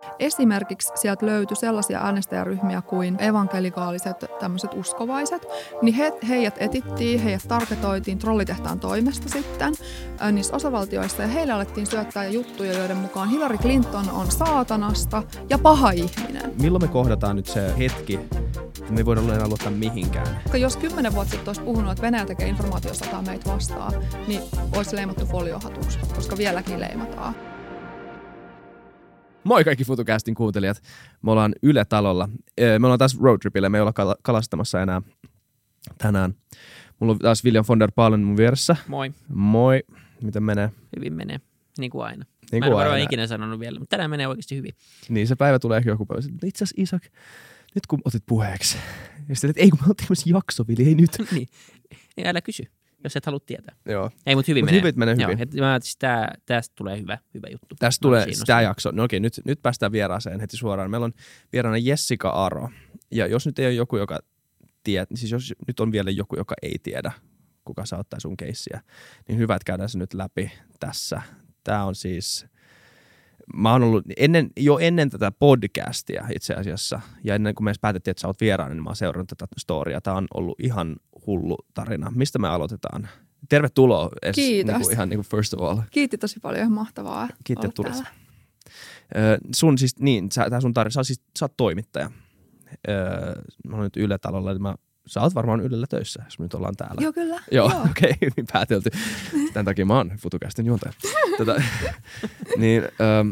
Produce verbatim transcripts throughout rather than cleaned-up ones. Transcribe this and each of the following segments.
Esimerkiksi sieltä löytyi sellaisia äänestäjäryhmiä kuin evankelikaaliset tämmöiset uskovaiset, niin he, heidät etittiin, heidät targetoitiin trollitehtaan toimesta sitten ää, niissä osavaltioissa ja heille alettiin syöttää juttuja, joiden mukaan Hillary Clinton on saatanasta ja paha ihminen. Milloin me kohdataan nyt se hetki, että me ei voida enää luottaa mihinkään? Koska jos kymmenen vuotta sitten olisi puhunut, että Venäjä tekee informaatiosotaa meitä vastaan, niin olisi leimattu foliohatuksi, koska vieläkin leimataan. Moi kaikki FutuCastin kuuntelijat. Me ollaan Yle-talolla. Me ollaan taas roadtripillä. Me ei olla kalastamassa enää tänään. Mulla on taas William von der Palen mun vieressä. Moi. Moi. Miten menee? Hyvin menee. Niin kuin aina. Niin Mä en kuin ole aina. ikinä sanonut vielä, mutta tänään menee oikeasti hyvin. Niin, se päivä tulee ehkä joku päivä. Itse asiassa Isak, nyt kun otit puheeksi. Ja sitten, että ei kun me oltiin myös jakso, Vili, ei nyt. Niin. Ei, älä kysy, jos et halua tietää. Joo. Ei, mutta hyvin Mut menee. hyvin menee hyvin. Joo, et mä ajattelin, tää, tästä tulee hyvä, hyvä juttu. Tästä tulee sitä jakso. No okei, nyt, nyt päästään vieraaseen heti suoraan. Meillä on vieraana Jessica Aro. Ja jos nyt ei ole joku, joka tiedä, siis jos nyt on vielä joku, joka ei tiedä, kuka sä ottaa sun keissiä, niin hyvä, että käydään se nyt läpi tässä. Tää on siis, mä oon ollut ennen, jo ennen tätä podcastia itse asiassa, ja ennen kuin me edes päätettiin, että sä oot vieraana, niin mä oon seurannut tätä storya. Tää on ollut ihan hullu tarina. Mistä me aloitetaan? Tervetuloa. Es, Kiitos. Niin kuin, ihan niin kuin first of all. Kiitti tosi paljon, ihan mahtavaa. Kiitti, että tulit. Täällä. Ö, sun siis, niin, sä, tää sun tarina, sä, siis, sä oot toimittaja. Öö, mä oon nyt Yle-talolla, eli mä, sä oot varmaan Ylellä töissä, jos me nyt ollaan täällä. Joo, kyllä. Joo, Joo. okei, okay, hyvin päätelty. Tämän takia mä oon FutuCastin juontaja. Tätä, niin, ö,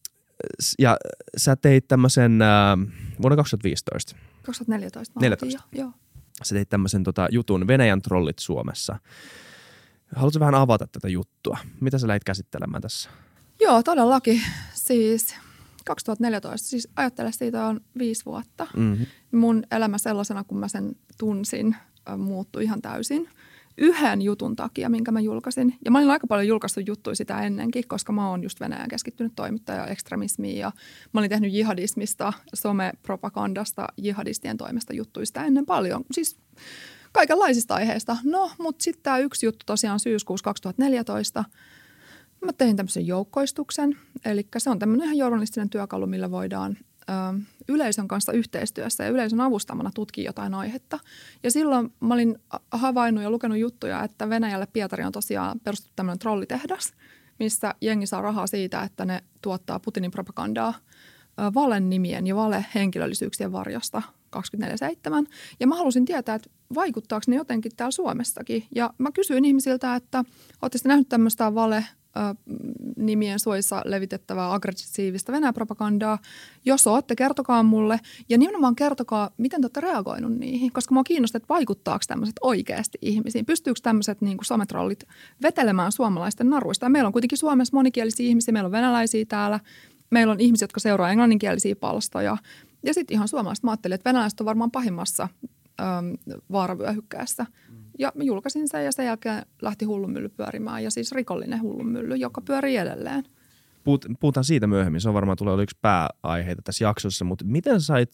ja sä teit tämmösen äh, vuonna kaksituhattaviisitoista. kaksituhattaneljätoista. Mä neljätoista. Jo, joo. Sä teit tämmösen tota, jutun Venäjän trollit Suomessa. Haluatko vähän avata tätä juttua? Mitä sä lähdit käsittelemään tässä? Joo, todellakin. Siis kaksituhattaneljätoista, siis ajattele siitä on viisi vuotta. Mm-hmm. Mun elämä sellaisena, kun mä sen tunsin, muuttui ihan täysin. Yhden jutun takia, minkä mä julkaisin. Ja mä olin aika paljon julkaissut juttuja sitä ennenkin, koska mä oon just Venäjän keskittynyt toimittaja ekstremismiin. Ja mä olin tehnyt jihadismista, somepropagandasta, jihadistien toimesta juttuja sitä ennen paljon. Siis kaikenlaisista aiheista. No, mutta sitten tämä yksi juttu tosiaan syyskuussa kaksituhattaneljätoista. Mä tein tämmöisen joukkoistuksen. Eli se on tämmöinen ihan journalistinen työkalu, millä voidaan ö, yleisön kanssa yhteistyössä ja yleisön avustamana tutkia jotain aihetta. Ja silloin mä olin havainnut ja lukenut juttuja, että Venäjälle Pietari on tosiaan perustettu tämmöinen trollitehdas, missä jengi saa rahaa siitä, että ne tuottaa Putinin propagandaa ö, valenimien ja valehenkilöllisyyksien varjosta kaksikymmentäneljä seitsemän. Ja mä halusin tietää, että vaikuttaako ne jotenkin täällä Suomessakin. Ja mä kysyin ihmisiltä, että ootteko te nähnyt tämmöistä vale nimien suojissa levitettävää aggressiivista Venäjä-propagandaa. Jos ootte, kertokaa mulle. Ja nimenomaan kertokaa, miten te olette reagoinut niihin. Koska mua kiinnostaa, että vaikuttaako tämmöiset oikeasti ihmisiin. Pystyykö tämmöiset niin kuin sometrollit vetelemään suomalaisten naruista. Ja meillä on kuitenkin Suomessa monikielisiä ihmisiä. Meillä on venäläisiä täällä. Meillä on ihmisiä, jotka seuraa englanninkielisiä palstoja. Ja sitten ihan suomalaiset. Mä ajattelin, että venäläiset on varmaan pahimmassa äm, vaaravyöhykkeessä. Ja mä julkaisin sen ja sen jälkeen lähti hullunmylly pyörimään ja siis rikollinen hullunmylly, joka pyörii edelleen. Puhut, puhutaan siitä myöhemmin, se on varmaan tulee yksi pääaiheita tässä jaksossa, mutta miten sait,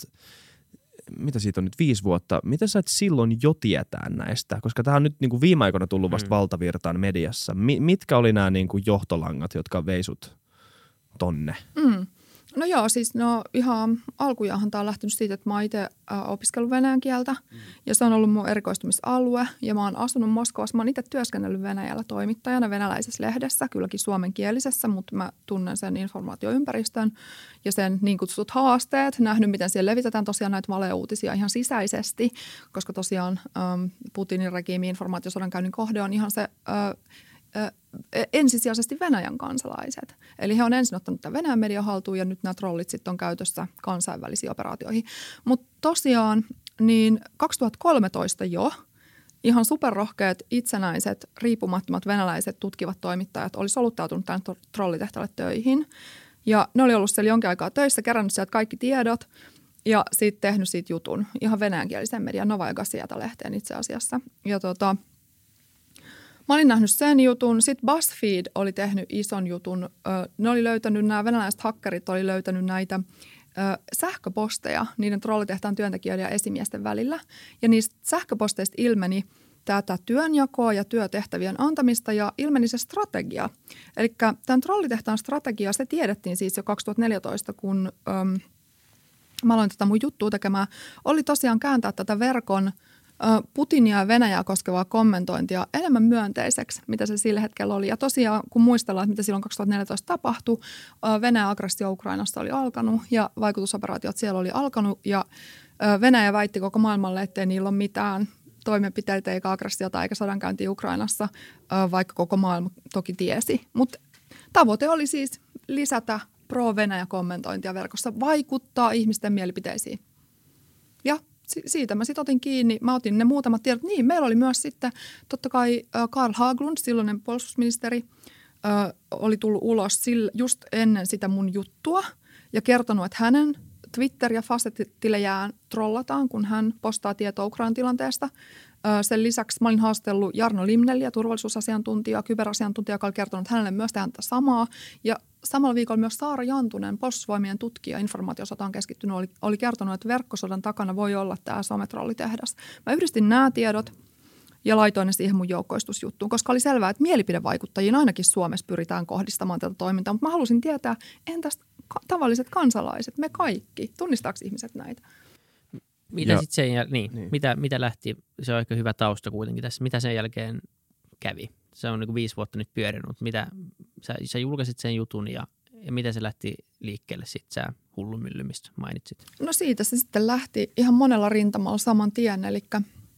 mitä siitä on nyt viisi vuotta, miten sait silloin jo tietää näistä? Koska tämä on nyt niin kuin viime aikoina tullut vasta mm. valtavirtaan mediassa. Mi- mitkä oli nämä niin kuin johtolangat, jotka veisut tonne? Mm. No joo, siis no ihan alkujaanhan tämä on lähtenyt siitä, että mä oon itse äh, opiskellut venäjän kieltä mm. ja se on ollut mun erikoistumisalue ja mä oon asunut Moskovassa. Mä oon itse työskennellyt Venäjällä toimittajana venäläisessä lehdessä, kylläkin suomenkielisessä, mutta mä tunnen sen informaatioympäristön ja sen niin kutsutut haasteet, nähnyt miten siellä levitetään tosiaan näitä valeuutisia ihan sisäisesti, koska tosiaan ähm, Putinin regiimin informaatiosodankäynnin kohde on ihan se äh, ensisijaisesti Venäjän kansalaiset. Eli he on ensin ottanut tämän Venäjän median haltuun ja nyt nämä trollit sitten on käytössä kansainvälisiin operaatioihin. Mutta tosiaan niin kaksituhattakolmetoista jo ihan superrohkeat, itsenäiset, riippumattomat venäläiset tutkivat toimittajat oli soluttautunut tämän trollitehtaalle töihin. Ja ne oli ollut siellä jonkin aikaa töissä, kerännyt sieltä kaikki tiedot ja sitten tehnyt siitä jutun ihan venäjänkielisen median Novaja Gazeta-lehteen itse asiassa. Ja tota... Mä olin nähnyt sen jutun. Sitten BuzzFeed oli tehnyt ison jutun. Ne oli löytänyt, nämä venäläiset hakkerit oli löytänyt näitä sähköposteja niiden trollitehtaan työntekijöiden ja esimiesten välillä. Ja niistä sähköposteista ilmeni tätä työnjakoa ja työtehtävien antamista ja ilmeni se strategia. Eli tämän trollitehtaan strategia, se tiedettiin siis jo kaksituhattaneljätoista, kun äm, mä aloin tätä mun juttua tekemään, oli tosiaan kääntää tätä verkon Putinia ja Venäjää koskevaa kommentointia enemmän myönteiseksi, mitä se sillä hetkellä oli. Ja tosiaan, kun muistellaan, että mitä silloin kaksituhattaneljätoista tapahtui, Venäjän aggressio Ukrainasta oli alkanut ja vaikutusoperaatiot siellä oli alkanut. Ja Venäjä väitti koko maailmalle, ettei niillä ole mitään toimenpiteitä eikä aggressiota eikä sodankäyntiä Ukrainassa, vaikka koko maailma toki tiesi. Mutta tavoite oli siis lisätä pro-Venäjä-kommentointia verkossa, vaikuttaa ihmisten mielipiteisiin. Ja siitä mä sitten otin kiinni. Mä otin ne muutamat tiedot. Niin, meillä oli myös sitten totta kai Carl Haglund, silloinen puolustusministeri, oli tullut ulos just ennen sitä mun juttua ja kertonut, että hänen Twitter- ja Facet-tilejään trollataan, kun hän postaa tietoa Ukrainan tilanteesta. Sen lisäksi mä olin haastellut Jarno Limnelliä, turvallisuusasiantuntijaa, kyberasiantuntijaa, joka oli kertonut hänelle myös tähän samaa. Ja samalla viikolla myös Saara Jantunen, puolustusvoimien tutkija, informaatiosotaan keskittynyt, oli, oli kertonut, että verkkosodan takana voi olla tämä sometrollitehdas. Mä yhdistin nämä tiedot ja laitoin ne siihen mun joukkoistusjuttuun, koska oli selvää, että mielipidevaikuttajiin ainakin Suomessa pyritään kohdistamaan tätä toimintaa. Mutta mä halusin tietää, entäs tavalliset kansalaiset, me kaikki, tunnistaako ihmiset näitä? Mitä sitten sen jäl- niin, niin. Mitä, mitä lähti, se on ehkä hyvä tausta kuitenkin tässä, mitä sen jälkeen kävi? Se on niin kuin viisi vuotta nyt pyörinyt, mitä sä, sä julkaisit sen jutun ja, ja miten se lähti liikkeelle sitten sä hullunmylly, mistä mainitsit? No siitä se sitten lähti ihan monella rintamalla saman tien, eli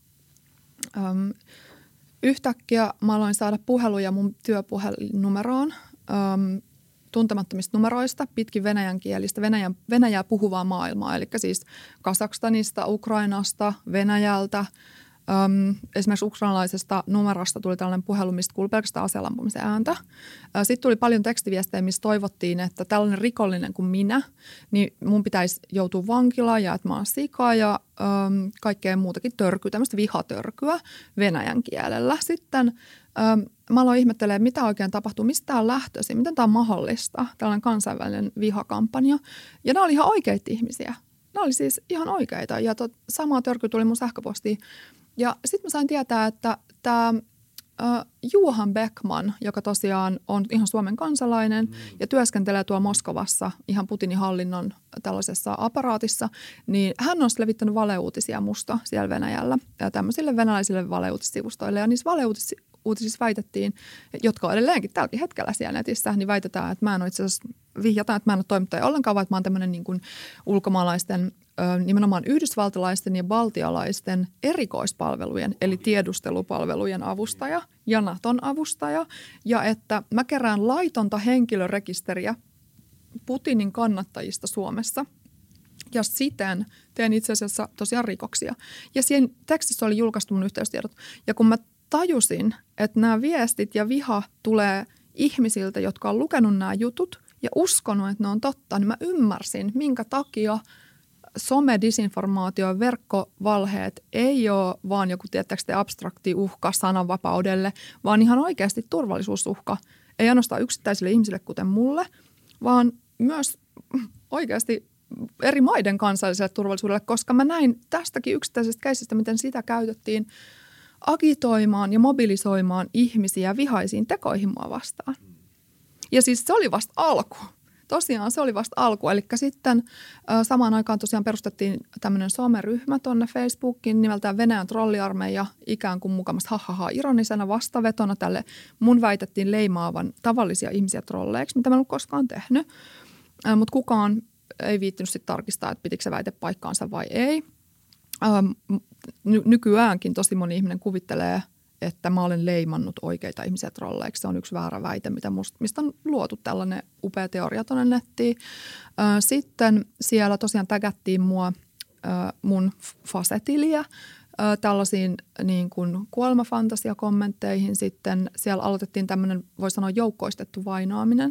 äm, yhtäkkiä mä aloin saada puheluja mun työpuhelinumeroon äm, tuntemattomista numeroista, pitkin venäjänkielistä, Venäjän, Venäjää puhuvaa maailmaa, eli siis Kazakstanista, Ukrainasta, Venäjältä. Öm, esimerkiksi ukrainalaisesta numerosta tuli tällainen puhelu, mistä kuului pelkästään aselampumisen ääntä. Sitten tuli paljon tekstiviestejä, missä toivottiin, että tällainen rikollinen kuin minä, niin mun pitäisi joutua vankilaan ja että mä oon sika ja öm, kaikkea muutakin törkyä, tämmöistä vihatörkyä venäjän kielellä. Sitten öm, mä aloin ihmettelemään, mitä oikein tapahtuu, mistä tämä on lähtöisin, miten tämä on mahdollista, tällainen kansainvälinen vihakampanja. Ja nämä oli ihan oikeita ihmisiä. Nämä oli siis ihan oikeita ja tot, sama törky tuli mun sähköpostiin. Ja sitten mä sain tietää, että tämä äh, Johan Beckman, joka tosiaan on ihan Suomen kansalainen mm. ja työskentelee tuolla Moskovassa ihan Putinin hallinnon tällaisessa aparaatissa, niin hän on levittänyt valeuutisia musta siellä Venäjällä ja tämmöisille venäläisille valeuutissivustoille. Ja niissä valeuutisissa väitettiin, jotka on edelleenkin tälläkin hetkellä siellä netissä, niin väitetään, että mä en ole itse asiassa vihjataan, että mä en ole toimittaja ollenkaan, vaan että mä oon tämmöinen niin kuin ulkomaalaisten nimenomaan yhdysvaltalaisten ja baltialaisten erikoispalvelujen, eli tiedustelupalvelujen avustaja ja Naton avustaja. Ja että mä kerään laitonta henkilörekisteriä Putinin kannattajista Suomessa ja siten teen itse asiassa tosiaan rikoksia. Ja siinä tekstissä oli julkaistu mun yhteystiedot. Ja kun mä tajusin, että nämä viestit ja viha tulee ihmisiltä, jotka on lukenut nämä jutut ja uskonut, että ne on totta, niin mä ymmärsin, minkä takia some-disinformaatio, verkkovalheet ei ole vaan joku tietääkseni abstrakti uhka sananvapaudelle, vaan ihan oikeasti turvallisuusuhka. Ei ainoastaan yksittäisille ihmisille, kuten mulle, vaan myös oikeasti eri maiden kansalliselle turvallisuudelle, koska mä näin tästäkin yksittäisestä keisistä, miten sitä käytettiin agitoimaan ja mobilisoimaan ihmisiä vihaisiin tekoihin mua vastaan. Ja siis se oli vasta alku. Tosiaan se oli vasta alku, eli sitten ö, samaan aikaan tosiaan perustettiin tämmöinen someryhmä tuonne Facebookiin nimeltään Venäjän trolliarmeija ikään kuin mukamasta hahaha ironisena vastavetona tälle mun väitettiin leimaavan tavallisia ihmisiä trolleiksi, mitä mä en ollut koskaan tehnyt, ö, mutta kukaan ei viittynyt sitten tarkistaa, että pitikö se väite paikkaansa vai ei. Ö, ny- nykyäänkin tosi moni ihminen kuvittelee, että mä olen leimannut oikeita ihmisiä trolleiksi. Se on yksi väärä väite, mitä musta, mistä on luotu tällainen upea teoria tuonne nettiin. Sitten siellä tosiaan tägättiin mua mun Facetiliä tällaisiin niin kuin kuolemafantasia-kommentteihin. Sitten siellä aloitettiin tämmöinen, voi sanoa, joukkoistettu vainoaminen.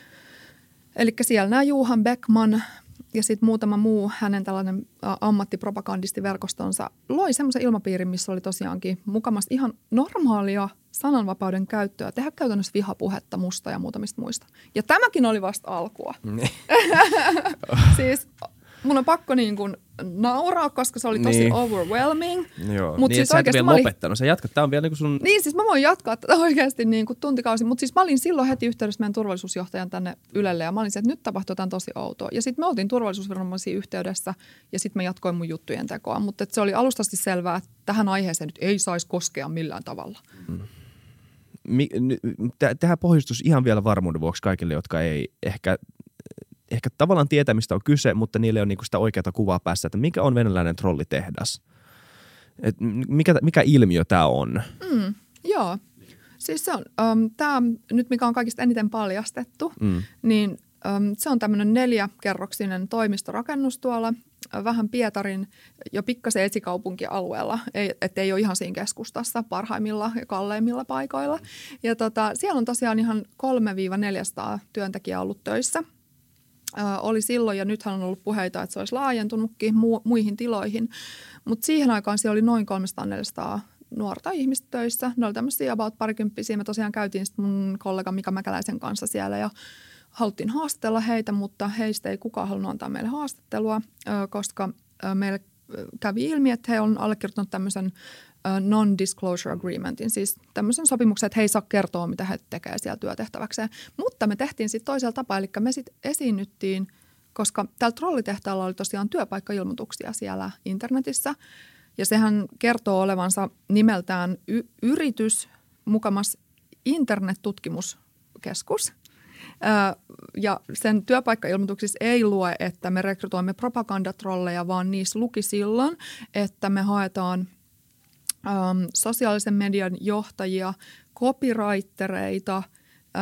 Eli siellä nämä Johan Beckman ja sitten muutama muu hänen tällainen ammattipropagandistiverkostonsa loi semmoisen ilmapiirin, missä oli tosiaankin mukamasti ihan normaalia sananvapauden käyttöä, tehdä käytännössä vihapuhetta musta ja muutamista muista. Ja tämäkin oli vasta alkua. siis mulla mun on pakko niin kuin nauraa, koska se oli tosi niin. overwhelming. Joo. Mut niin, siis sä et vielä olin... lopettanut. Sä jatkat. Tää on vielä niin kuin sun... Niin, siis mä voin jatkaa tätä oikeasti niin kuin tuntikausi. Mutta siis mä olin silloin heti yhteydessä meidän turvallisuusjohtajan tänne Ylelle ja mä olin se, että nyt tapahtuu jotain tosi outoa. Ja sitten me oltiin turvallisuusviranomaisia yhteydessä ja sitten mä jatkoin mun juttujen tekoa. Mutta se oli alustasti selvää, että tähän aiheeseen nyt ei saisi koskea millään tavalla. Mm. Tähän pohjustus ihan vielä varmuuden vuoksi kaikille, jotka ei ehkä, ehkä tavallaan tietää, mistä on kyse, mutta niille on niinku sitä oikeaa kuvaa päässä, että mikä on venäläinen trollitehdas. Et mikä, mikä ilmiö tämä on? Mm, joo. Siis se on, um, tämä nyt mikä on kaikista eniten paljastettu, mm. niin um, se on tämmöinen neljäkerroksinen toimistorakennus tuolla vähän Pietarin jo pikkasen esikaupunkialueella, että ei ole ihan siinä keskustassa parhaimmilla ja kalleimmilla paikoilla. Ja tota, siellä on tosiaan ihan kolme neljäsataa työntekijää ollut töissä. Ö, oli silloin ja nythän on ollut puheita, että se olisi laajentunutkin mu- muihin tiloihin. Mutta siihen aikaan siellä oli noin kolmesataa neljäsataa nuorta ihmistä töissä. Ne oli tämmöisiä about parikymppisiä. Me tosiaan käytiin sitten mun kollega Mika Mäkäläisen kanssa siellä ja haluttiin haastatella heitä, mutta heistä ei kukaan halunnut antaa meille haastattelua, koska meille kävi ilmi, että he on allekirjoittanut tämmöisen non-disclosure agreementin, siis tämmöisen sopimuksen, että he ei saa kertoa, mitä he tekevät siellä työtehtäväkseen. Mutta me tehtiin sitten toisella tapaa, eli me sitten esiinnyttiin, koska tällä trollitehtaalla oli tosiaan työpaikkailmoituksia siellä internetissä, ja sehän kertoo olevansa nimeltään y- yritys, mukamas internettutkimuskeskus. Ja sen työpaikkailmoituksissa ei lue, että me rekrytoimme propagandatrolleja, vaan niissä luki silloin, että me haetaan äm, sosiaalisen median johtajia, copywritereita äm,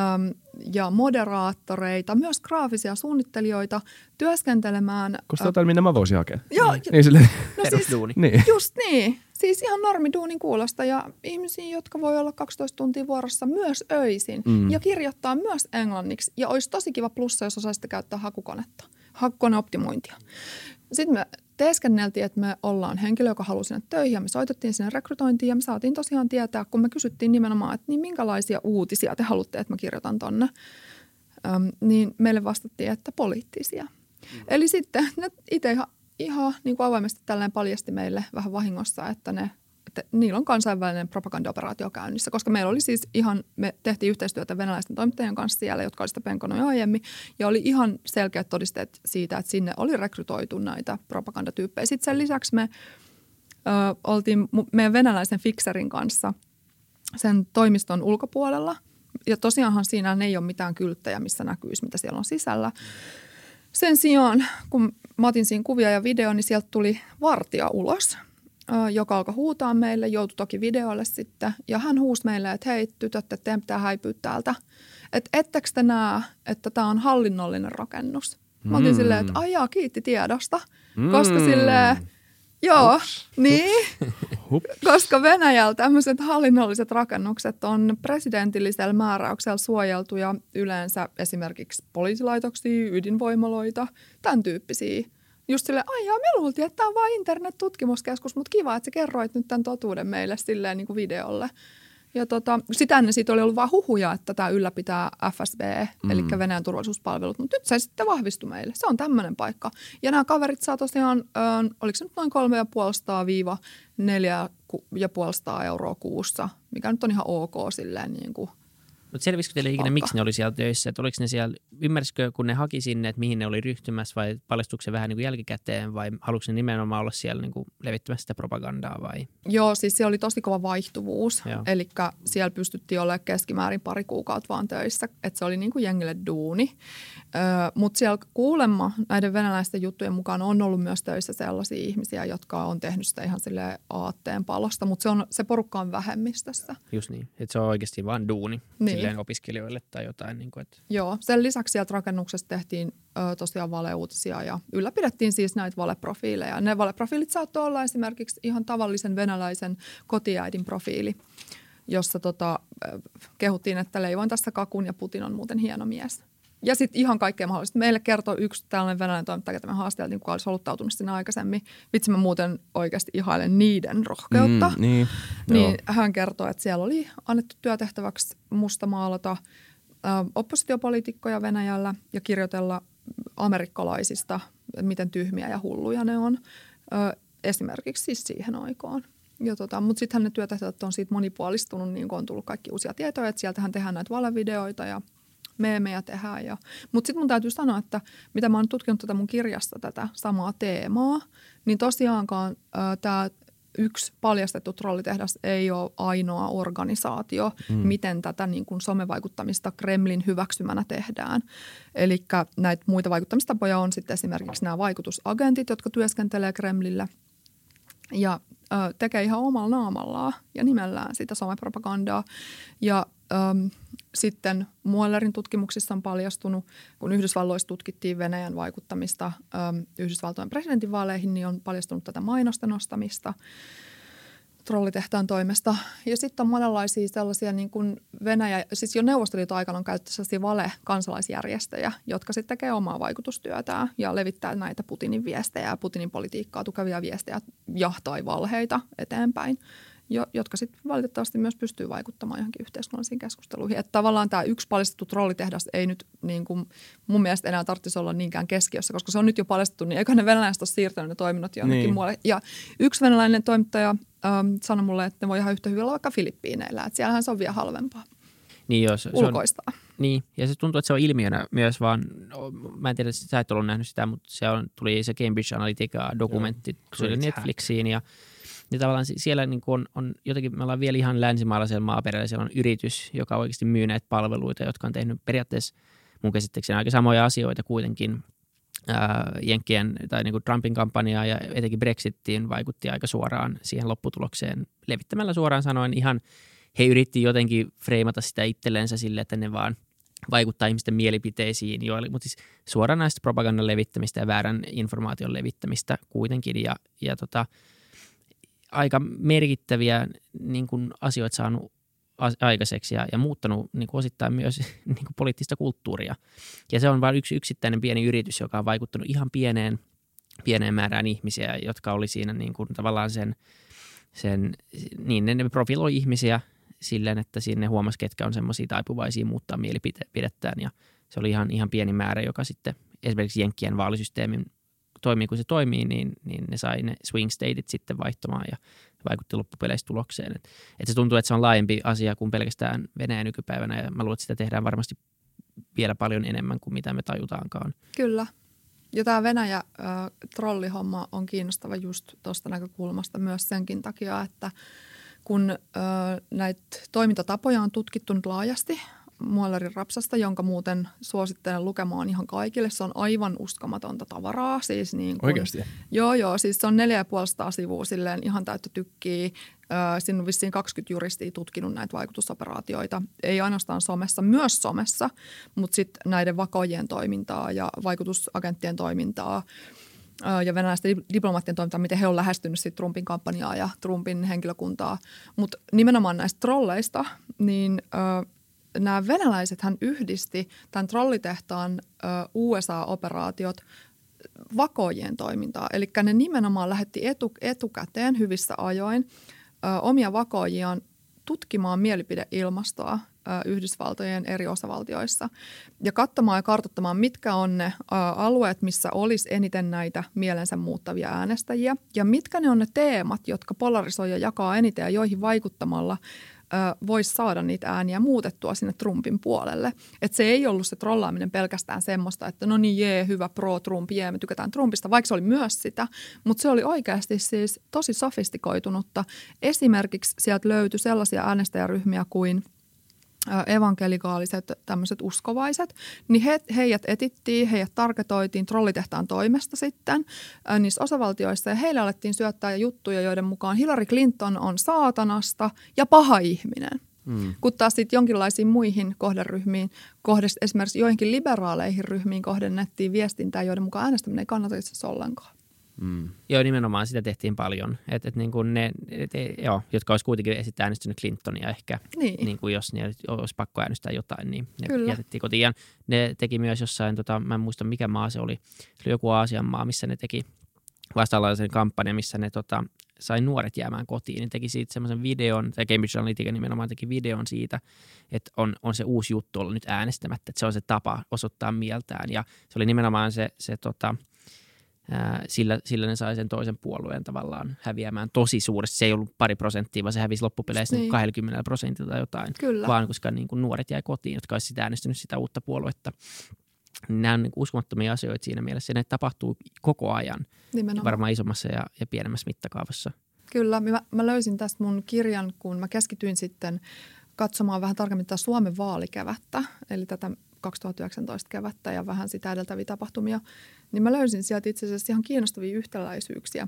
ja moderaattoreita, myös graafisia suunnittelijoita työskentelemään. Koska jotain, minne mä voisin hakea. Joo. Niin, silleen. No siis, niin. Just niin. Siis ihan normiduunin kuulosta ja ihmisiä, jotka voi olla kaksitoista tuntia vuorossa myös öisin mm. ja kirjoittaa myös englanniksi. Ja olisi tosi kiva plussa, jos osaisitte käyttää hakukonetta, hakukoneoptimointia. Sitten me teeskenneltiin, että me ollaan henkilö, joka haluaa sinne töihin ja me soitettiin sinne rekrytointiin ja me saatiin tosiaan tietää, kun me kysyttiin nimenomaan, että niin minkälaisia uutisia te haluatte, että mä kirjoitan tonne, Öm, niin meille vastattiin, että poliittisia. Mm. Eli sitten ne itse ihan Ihan niin kuin avoimesti tällainen paljasti meille vähän vahingossa, että, ne, että niillä on kansainvälinen propagandaoperaatio käynnissä, koska meillä oli siis ihan, me tehtiin yhteistyötä venäläisten toimittajien kanssa siellä, jotka oli sitä penkonut jo aiemmin, ja oli ihan selkeät todisteet siitä, että sinne oli rekrytoitu näitä propagandatyyppejä. Sitten sen lisäksi me ö, oltiin meidän venäläisen fikserin kanssa sen toimiston ulkopuolella, ja tosiaanhan siinä ei ole mitään kylttejä, missä näkyisi, mitä siellä on sisällä. Sen sijaan, kun mä otin siinä kuvia ja video, niin sieltä tuli vartija ulos, joka alkoi huutaa meille, joutui toki videolle sitten. Ja hän huusi meille, että hei tytöt, että teidän pitää häipyä täältä. Että ettekö te näe, että tämä on hallinnollinen rakennus? Mä otin mm. silleen, että ajaa kiitti tiedosta, mm. koska silleen, joo, Ups. niin, Ups. koska Venäjällä tämmöiset hallinnolliset rakennukset on presidentillisellä määräyksellä suojeltuja yleensä esimerkiksi poliisilaitoksia, ydinvoimaloita, tämän tyyppisiä. Just silleen, aijaa, me luultiin, että tämä on vain internet-tutkimuskeskus, mutta kiva, että sä kerroit nyt tämän totuuden meille silleen niin kuin videolle. Ja tota, sitä ennen siitä oli ollut vaan huhuja, että tämä ylläpitää F S B, mm. eli Venäjän turvallisuuspalvelut, mutta nyt se sitten vahvistui meille. Se on tämmöinen paikka. Ja nämä kaverit saa tosiaan, äh, oliko se nyt noin kolme ja puolestaan viiva neljä ja puolestaan euroa kuussa, mikä nyt on ihan ok silleen niin kuin. Mutta selvisikö teille ikinä, miksi ne oli siellä töissä? Että oliko ne siellä, ymmärsikö, kun ne haki sinne, että mihin ne oli ryhtymässä vai paljastuiko se vähän niin kuin jälkikäteen vai haluatko ne nimenomaan olla siellä niin kuin levittämässä sitä propagandaa vai? Joo, siis siellä oli tosi kova vaihtuvuus. Eli siellä pystyttiin olemaan keskimäärin pari kuukautta vaan töissä, että se oli niin kuin jengille duuni. Öö, Mutta siellä kuulemma näiden venäläisten juttujen mukaan on ollut myös töissä sellaisia ihmisiä, jotka on tehnyt sitä ihan silleen aatteen palosta, mutta se, on, se porukka on vähemmistössä. Just niin, että se on oikeasti vaan duuni. Niin. Opiskelijoille tai jotain. Niin kuin, että. Joo, sen lisäksi sieltä rakennuksesta tehtiin ö, tosiaan valeuutisia ja ylläpidettiin siis näitä valeprofiileja. Ne valeprofiilit saattoi olla esimerkiksi ihan tavallisen venäläisen kotiäidin profiili, jossa tota, kehuttiin, että leivoin tässä kakun ja Putin on muuten hieno mies. Ja sitten ihan kaikkea mahdollista. Meille kertoi yksi tällainen venäläinen toimittaja, jota me haasteltiin, kun olisi soluttautunut sinne aikaisemmin. Vitsi, mä muuten oikeasti ihailen niiden rohkeutta. Mm, niin, niin hän kertoi, että siellä oli annettu työtehtäväksi mustamaalata ö, oppositiopoliitikkoja Venäjällä ja kirjoitella amerikkalaisista miten tyhmiä ja hulluja ne on. Ö, esimerkiksi siis siihen aikaan. Tota, mutta sittenhän ne työtehtävät on siitä monipuolistunut, niin kuin on tullut kaikki uusia tietoja, että sieltähän tehdään näitä valevideoita ja meemejä tehdään. Ja, mutta sitten mun täytyy sanoa, että mitä mä oon tutkinut tätä mun kirjasta, tätä samaa teemaa, niin tosiaankaan tämä yksi paljastettu trollitehdas ei ole ainoa organisaatio, mm. miten tätä niin kuin somevaikuttamista Kremlin hyväksymänä tehdään. Eli näitä muita vaikuttamistapoja on sitten esimerkiksi nämä vaikutusagentit, jotka työskentelee Kremlillä ja ö, tekee ihan omalla naamallaan ja nimellään sitä somepropagandaa. Ja ö, sitten Muellerin tutkimuksissa on paljastunut, kun Yhdysvalloissa tutkittiin Venäjän vaikuttamista ö, Yhdysvaltojen presidentinvaaleihin, niin on paljastunut tätä mainosten nostamista trollitehtaan toimesta. Ja sitten on monenlaisia sellaisia niin kuin Venäjä, siis jo Neuvostoliiton aikana on käytetty sellaisia vale-kansalaisjärjestöjä, jotka sitten tekee omaa vaikutustyötään ja levittää näitä Putinin viestejä ja Putinin politiikkaa tukevia viestejä ja tai valheita eteenpäin, jo, jotka sitten valitettavasti myös pystyy vaikuttamaan johonkin yhteiskunnallisiin keskusteluihin. Että tavallaan tämä yksi paljastettu trollitehdas ei nyt niin kuin mun mielestä enää tarvitsisi olla niinkään keskiössä, koska se on nyt jo paljastettu, niin eiköhän ne venäläiset ole siirtänyt ne toiminnot jonnekin niin muualle. Ja yksi venäläinen toimittaja ähm, sanoi mulle, että ne voi ihan yhtä hyvin olla vaikka Filippiineillä, että siellähän se on vielä halvempaa. Niin jos, ulkoistaa. Se on, niin, ja se tuntuu, että se on ilmiönä myös vaan, mä en tiedä, että sä et ollut nähnyt sitä, mutta se on, tuli se Cambridge Analytica-dokumentti, se oli Netflixiin ja Ja tavallaan siellä niin kuin on, on jotenkin, me ollaan vielä ihan länsimaalaisella maaperällä, siellä on yritys, joka oikeasti myy näitä palveluita, jotka on tehnyt periaatteessa mun käsittääkseni aika samoja asioita kuitenkin. Ää, Jenkkien tai niin kuin Trumpin kampanjaa ja etenkin Brexitiin vaikutti aika suoraan siihen lopputulokseen. Levittämällä suoraan sanoen ihan, he yritti jotenkin freimata sitä itsellensä sille, että ne vaan vaikuttaa ihmisten mielipiteisiin, joille, mutta siis suoranaista propagandan levittämistä ja väärän informaation levittämistä kuitenkin ja, ja tota, aika merkittäviä niin kuin asioita saanut aikaiseksi ja, ja muuttanut niin kuin osittain myös niin kuin poliittista kulttuuria. Ja se on vain yksi yksittäinen pieni yritys, joka on vaikuttanut ihan pieneen, pieneen määrään ihmisiä, jotka oli siinä niin kuin tavallaan sen, sen niin ne profiloi ihmisiä silleen, että sinne huomasi, ketkä on semmoisia taipuvaisia muuttaa mielipidettään. Ja se oli ihan, ihan pieni määrä, joka sitten esimerkiksi Jenkkien vaalisysteemin toimii, kun se toimii, niin, niin ne sai ne swing stateit sitten vaihtamaan ja vaikutti loppupeleissä tulokseen. Et, et se tuntuu, että se on laajempi asia kuin pelkästään Venäjä nykypäivänä ja mä luulen, että sitä tehdään varmasti vielä paljon enemmän kuin mitä me tajutaankaan. Kyllä. Ja tämä Venäjä-trollihomma on kiinnostava just tuosta näkökulmasta myös senkin takia, että kun ö, näitä toimintatapoja on tutkittu nyt laajasti Muellerin rapsasta, jonka muuten suosittelen lukemaan ihan kaikille. Se on aivan uskomatonta tavaraa. Siis niin kuin, oikeasti? Joo, joo. Siis se on neljä ja puolisataa sivua silleen ihan täyttä tykkiä. Siinä on vissiin kaksikymmentä juristia tutkinut näitä vaikutusoperaatioita. Ei ainoastaan somessa, myös somessa, mutta sitten näiden vakoojien toimintaa ja vaikutusagenttien toimintaa ja venäläisten diplomaattien toimintaa, miten he on lähestynyt sit Trumpin kampanjaa ja Trumpin henkilökuntaa. Mutta nimenomaan näistä trolleista, niin nämä venäläisethän yhdisti tämän trollitehtaan ö, U S A-operaatiot vakoojien toimintaa. Eli ne nimenomaan lähetti etu, etukäteen hyvissä ajoin ö, omia vakoojiaan tutkimaan mielipideilmastoa ö, Yhdysvaltojen eri osavaltioissa ja katsomaan ja kartoittamaan, mitkä on ne ö, alueet, missä olisi eniten näitä mielensä muuttavia äänestäjiä ja mitkä ne on ne teemat, jotka polarisoi ja jakaa eniten ja joihin vaikuttamalla voisi saada niitä ääniä muutettua sinne Trumpin puolelle. Että se ei ollut se trollaaminen pelkästään semmoista, että no niin jee, hyvä pro-Trump, jee, me tykätään Trumpista, vaikka se oli myös sitä. Mutta se oli oikeasti siis tosi sofistikoitunutta. Esimerkiksi sieltä löytyi sellaisia äänestäjäryhmiä kuin evankelikaaliset tämmöiset uskovaiset, niin he, heidät etittiin, heidät targetoitiin trollitehtaan toimesta sitten ää, niissä osavaltioissa ja heille alettiin syöttää juttuja, joiden mukaan Hillary Clinton on saatanasta ja paha ihminen. Mm. Kun taas sitten jonkinlaisiin muihin kohderyhmiin, kohdist, esimerkiksi joihinkin liberaaleihin ryhmiin kohdennettiin viestintää, joiden mukaan äänestäminen ei kannata itse asiassa ollenkaan. Mm. Joo, nimenomaan sitä tehtiin paljon. Että et niin kuin ne, et, joo, jotka olisi kuitenkin sitten äänestynyt Clintonia ehkä, niin. Niin kuin jos ne olisi pakko äänestää jotain, niin ne Kyllä. jätettiin kotiin. Ja ne teki myös jossain, tota, mä en muista mikä maa se oli, se oli joku Aasian maa, missä ne teki vastaavanlaisen kampanjan, missä ne tota, sai nuoret jäämään kotiin. Ne teki siitä semmoisen videon, tai Cambridge Analytica nimenomaan teki videon siitä, että on, on se uusi juttu olla nyt äänestämättä, että se on se tapa osoittaa mieltään. Ja se oli nimenomaan se, se tota, Ää, sillä, sillä ne sai sen toisen puolueen tavallaan häviämään tosi suuresti. Se ei ollut pari prosenttia, vaan se hävisi loppupeleissä niin. kaksikymmentä prosentilla jotain. Kyllä. Vaan koska niin kuin nuoret jäi kotiin, jotka olisivat sitä äänestynyt sitä uutta puoluetta. Nämä on niin kuin uskomattomia asioita siinä mielessä. Ne tapahtuu koko ajan. Nimenomaan. Varmaan isommassa ja, ja pienemmässä mittakaavassa. Kyllä. Mä, mä löysin tästä mun kirjan, kun mä keskityin sitten katsomaan vähän tarkemmin tätä Suomen vaalikevättä, eli tätä kaksituhattayhdeksäntoista kevättä ja vähän sitä edeltäviä tapahtumia, niin mä löysin sieltä itse asiassa ihan kiinnostavia yhtäläisyyksiä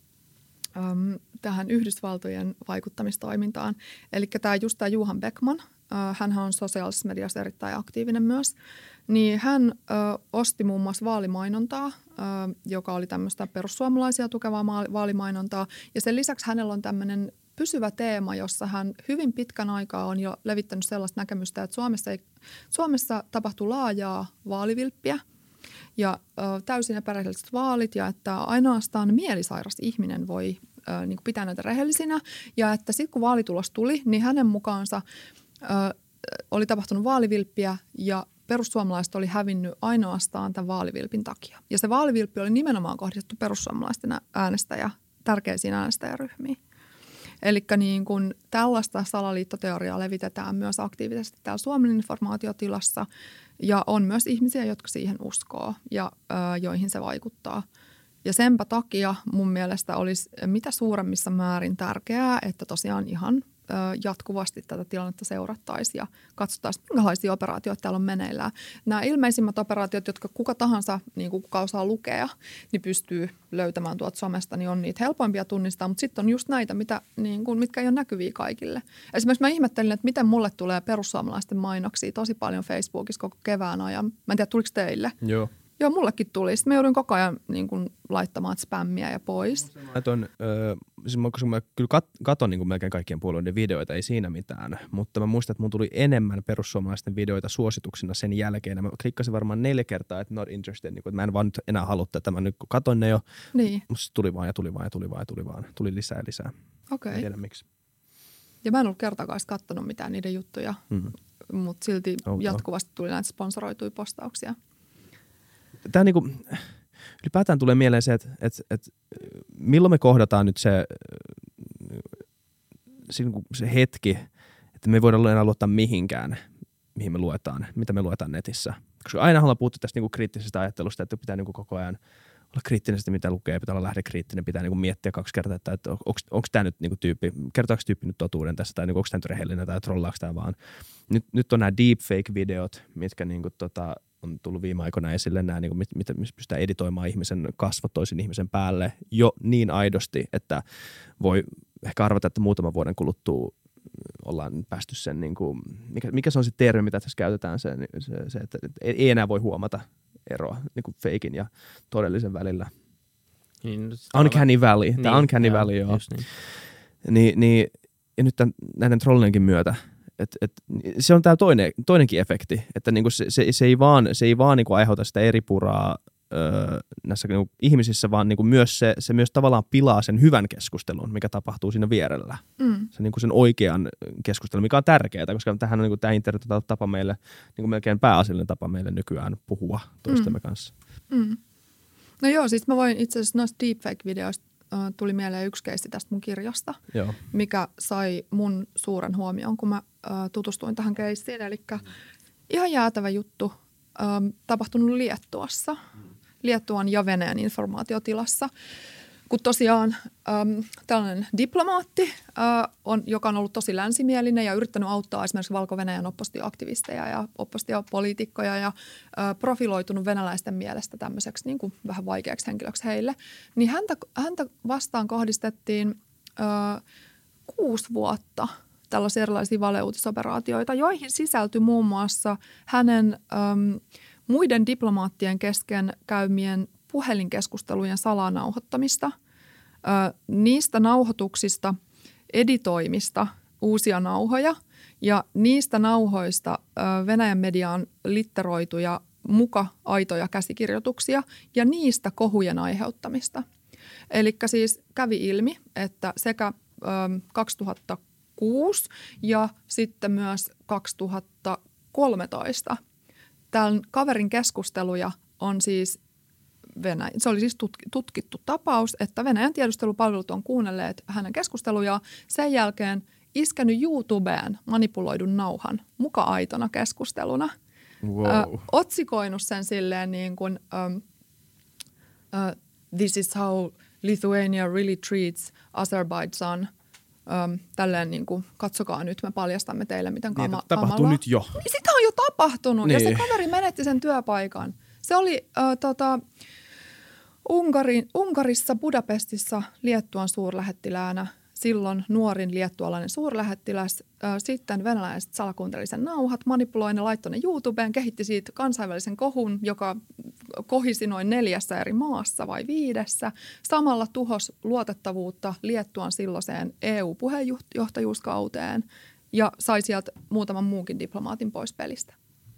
äm, tähän Yhdysvaltojen vaikuttamistoimintaan. Eli tämä just tämä Johan Beckman, äh, hänhän on sosiaalisessa mediassa erittäin aktiivinen myös, niin hän äh, osti muun muassa vaalimainontaa, äh, joka oli tämmöistä perussuomalaisia tukevaa vaalimainontaa, ja sen lisäksi hänellä on tämmöinen pysyvä teema, jossa hän hyvin pitkän aikaa on jo levittänyt sellaista näkemystä, että Suomessa, ei, Suomessa tapahtuu laajaa vaalivilppiä ja ö, täysin epärehelliset vaalit ja että ainoastaan mielisairas ihminen voi ö, niin kuin pitää näitä rehellisinä ja että sitten kun vaalitulos tuli, niin hänen mukaansa ö, oli tapahtunut vaalivilppiä ja perussuomalaiset oli hävinnyt ainoastaan tämän vaalivilpin takia. Ja se vaalivilppi oli nimenomaan kohdistettu perussuomalaisten äänestäjä, tärkeisiin äänestäjäryhmiin. Eli niin kun tällaista salaliittoteoriaa levitetään myös aktiivisesti täällä Suomen informaatiotilassa ja on myös ihmisiä, jotka siihen uskoo ja ö, joihin se vaikuttaa. Ja senpä takia mun mielestä olisi mitä suuremmissa määrin tärkeää, että tosiaan ihan ö, jatkuvasti tätä tilannetta seurattaisiin ja katsottaisiin, minkälaisia operaatioita täällä on meneillään. Nämä ilmeisimmät operaatiot, jotka kuka tahansa, niin kuin kuka osaa lukea, niin pystyy löytämään tuolta somesta, niin on niitä helpoimpia tunnistaa, mutta sitten on just näitä, mitä, niin kuin, mitkä ei ole näkyviä kaikille. Esimerkiksi mä ihmettelin, että miten mulle tulee perussuomalaisten mainoksia tosi paljon Facebookissa koko kevään ajan. Mä en tiedä, tuliko teille? Joo. Joo, mullekin tuli. Sitten mä joudun koko ajan niin kuin, laittamaan spämmiä ja pois. Ton, ö, siis mä, koska mä kyllä kat, katon niin kuin melkein kaikkien puolueiden videoita, ei siinä mitään. Mutta mä muistan, että mun tuli enemmän perussuomalaisten videoita suosituksina sen jälkeen. Ja mä klikkasin varmaan neljä kertaa, että not interested. Niin kuin, että mä en vaan nyt enää halua tätä. Mä nyt kun katon ne jo, niin. Musta tuli vaan ja tuli vaan ja tuli vaan ja tuli vaan. Tuli lisää ja lisää. Okei. En tiedä miksi. Ja mä en ollut kertaakaan katsonut mitään niiden juttuja, mm-hmm. mutta silti oh, jatkuvasti tuli näitä sponsoroituja postauksia. Tämä niinku, ylipäätään tulee mieleen se, että, että, että milloin me kohdataan nyt se, se hetki, että me ei voida enää luottaa mihinkään, mihin me luetaan, mitä me luetaan netissä. Koska aina ollaan puhuttu tästä niinku kriittisestä ajattelusta, että pitää niinku koko ajan olla kriittinen sitä, mitä lukee, pitää olla lähdekriittinen, pitää niinku miettiä kaksi kertaa, että, että onko tämä nyt niinku tyyppi, kertooko tyyppi nyt totuuden tässä, tai niinku, onko tämä nyt rehellinen, tai trollaako tämä vaan. Nyt, nyt on nämä deepfake-videot, mitkä niinku tota, on tullut viime aikoina esille, nämä, niin kuin, miten pystytään editoimaan ihmisen kasvot toisen ihmisen päälle jo niin aidosti, että voi ehkä arvata, että muutaman vuoden kuluttua ollaan päästy sen, niin kuin, mikä, mikä se on se termi, mitä tässä käytetään, se, se, se että ei enää voi huomata eroa niin kuin fakein ja todellisen välillä. Niin, uncanny valley, niin, tämä uncanny joo, valley, joo. Niin. Niin, niin, ja nyt tämän, näiden trollinkin myötä, Et, et, se on tämä toinen, toinenkin efekti, että niinku se, se, se ei vaan, se ei vaan niinku aiheuta sitä eripuraa öö, näissä niinku ihmisissä, vaan niinku myös se, se myös tavallaan pilaa sen hyvän keskustelun, mikä tapahtuu siinä vierellä. Mm. Se niinku sen oikean keskustelun, mikä on tärkeää, koska tämähän on niinku, tämä internet on tapa meille, niinku melkein pääasiallinen tapa meille nykyään puhua toistemme mm. kanssa. Mm. No joo, siis mä voin itse asiassa noista deepfake-videoista tuli mieleen yksi keissi tästä mun kirjasta, Joo. mikä sai mun suuren huomion, kun mä ö, tutustuin tähän keissiin. Eli ihan jäätävä juttu, ö, tapahtunut Liettuassa, Liettuan ja Venäjän informaatiotilassa. Kun tosiaan äm, tällainen diplomaatti, ä, on, joka on ollut tosi länsimielinen ja yrittänyt auttaa esimerkiksi Valko-Venäjän oppositioaktivisteja ja oppositiopoliitikkoja ja ä, profiloitunut venäläisten mielestä tämmöiseksi niin kuin vähän vaikeaksi henkilöksi heille, niin häntä, häntä vastaan kohdistettiin ä, kuusi vuotta tällaisia erilaisia valeuutisoperaatioita, joihin sisältyi muun muassa hänen äm, muiden diplomaattien kesken käymien puhelinkeskustelujen salanauhoittamista, ö, niistä nauhoituksista editoimista uusia nauhoja ja niistä nauhoista ö, Venäjän mediaan litteroituja muka aitoja käsikirjoituksia ja niistä kohujen aiheuttamista. Eli siis kävi ilmi, että sekä ö, kaksituhattakuusi ja sitten myös kaksituhattakolmetoista tämän kaverin keskusteluja on siis Venäjä, se oli siis tutkittu tapaus, että Venäjän tiedustelupalvelut on kuunnelleet hänen keskustelujaan. Sen jälkeen iskenyt YouTubeen manipuloidun nauhan muka aitona keskusteluna. Wow. Ö, otsikoinut sen silleen niin kuin, um, uh, this is how Lithuania really treats Azerbaijan. Um, tälleen niin kuin, katsokaa nyt, me paljastamme teille, miten kama- niin, tapahtuu kamalaa. nyt jo. Niin, sitä on jo tapahtunut niin. ja se kaveri menetti sen työpaikan. Se oli uh, tota, Unkarin, Unkarissa Budapestissa Liettuan suurlähettiläänä. Silloin nuorin liettualainen suurlähettiläs, sitten venäläiset salakuunteli sen nauhat, manipuloi ne, laittoi ne YouTubeen, kehitti siitä kansainvälisen kohun, joka kohisi noin neljässä eri maassa vai viidessä. Samalla tuhos luotettavuutta Liettuan silloiseen E U-puheenjohtajuuskauteen ja sai sieltä muutaman muukin diplomaatin pois pelistä.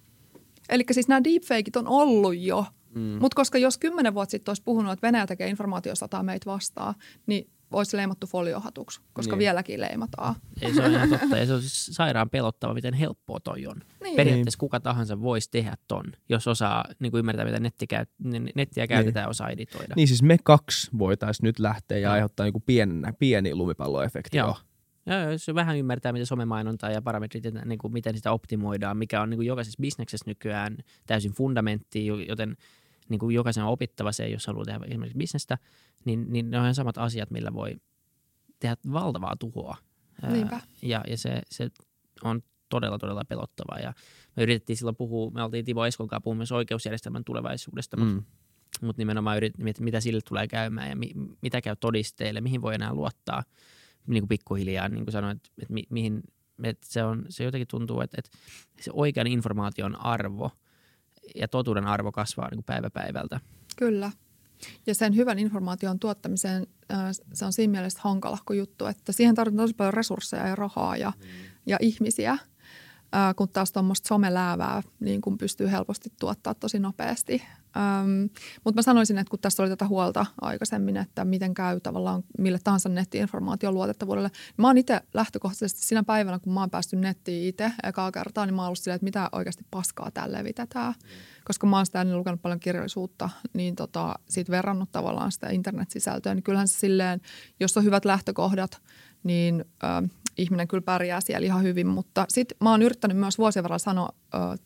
Eli siis nämä deepfakeit on ollut jo, mm. mutta koska jos kymmenen vuotta sitten olisi puhunut, että Venäjä tekee informaatiosotaa meitä vastaan, niin olisi leimattu foliohatuksi, koska niin. vieläkin leimataan. Ei se ole ihan totta. Ja se on siis sairaan pelottava, miten helppoa toi on. Niin. Periaatteessa kuka tahansa voisi tehdä ton, jos osaa niin kuin ymmärtää, mitä netti käy, nettiä käytetään ja osaa editoida. Niin siis me kaksi voitaisiin nyt lähteä ja no. aiheuttaa niin pieni, pieni lumipalloefekti. Joo. Joo, jos vähän ymmärtää, miten somemainontaa ja parametrit, niin kuin miten sitä optimoidaan, mikä on niin kuin jokaisessa bisneksessä nykyään täysin fundamentti, joten niin kuin jokaisen on opittava se, jos haluaa tehdä esimerkiksi bisnestä, niin, niin ne on ihan samat asiat, millä voi tehdä valtavaa tuhoa. Niinpä. Ja, ja se, se on todella, todella pelottavaa. Ja me yritettiin silloin puhua, me oltiin Timo Eskon kanssa puhua myös oikeusjärjestelmän tulevaisuudesta, mm. mutta mut nimenomaan yritettiin, mitä sille tulee käymään ja mi, mitä käy todisteille, mihin voi enää luottaa niin kuin pikkuhiljaa, niin kuin sanoin, että, että mi, mihin, että se, on, se jotenkin tuntuu, että, että se oikean informaation arvo ja totuuden arvo kasvaa niin kuin päivä päivältä. Kyllä. Ja sen hyvän informaation tuottamiseen se on siinä mielessä hankalahko juttu, että siihen tarvitaan tosi paljon resursseja ja rahaa ja, mm. ja ihmisiä, kun taas tuommoista someläävää niin kun pystyy helposti tuottaa tosi nopeasti. Ähm, mutta mä sanoisin, että kun tässä oli tätä huolta aikaisemmin, että miten käy tavallaan mille tahansa netti-informaation luotettavuudelle. Mä oon itse lähtökohtaisesti siinä päivänä, kun mä oon päässyt nettiin itse ekaa kertaa, niin mä oon ollut silleen, että mitä oikeasti paskaa täällä levitetään. Mm. Koska mä oon sitä ennen lukenut paljon kirjallisuutta, niin tota, siitä verrannut tavallaan sitä internet-sisältöä. Niin kyllähän se silleen, jos on hyvät lähtökohdat, niin äh, ihminen kyllä pärjää siellä ihan hyvin. Mutta sitten mä oon yrittänyt myös vuosien verran sanoa äh,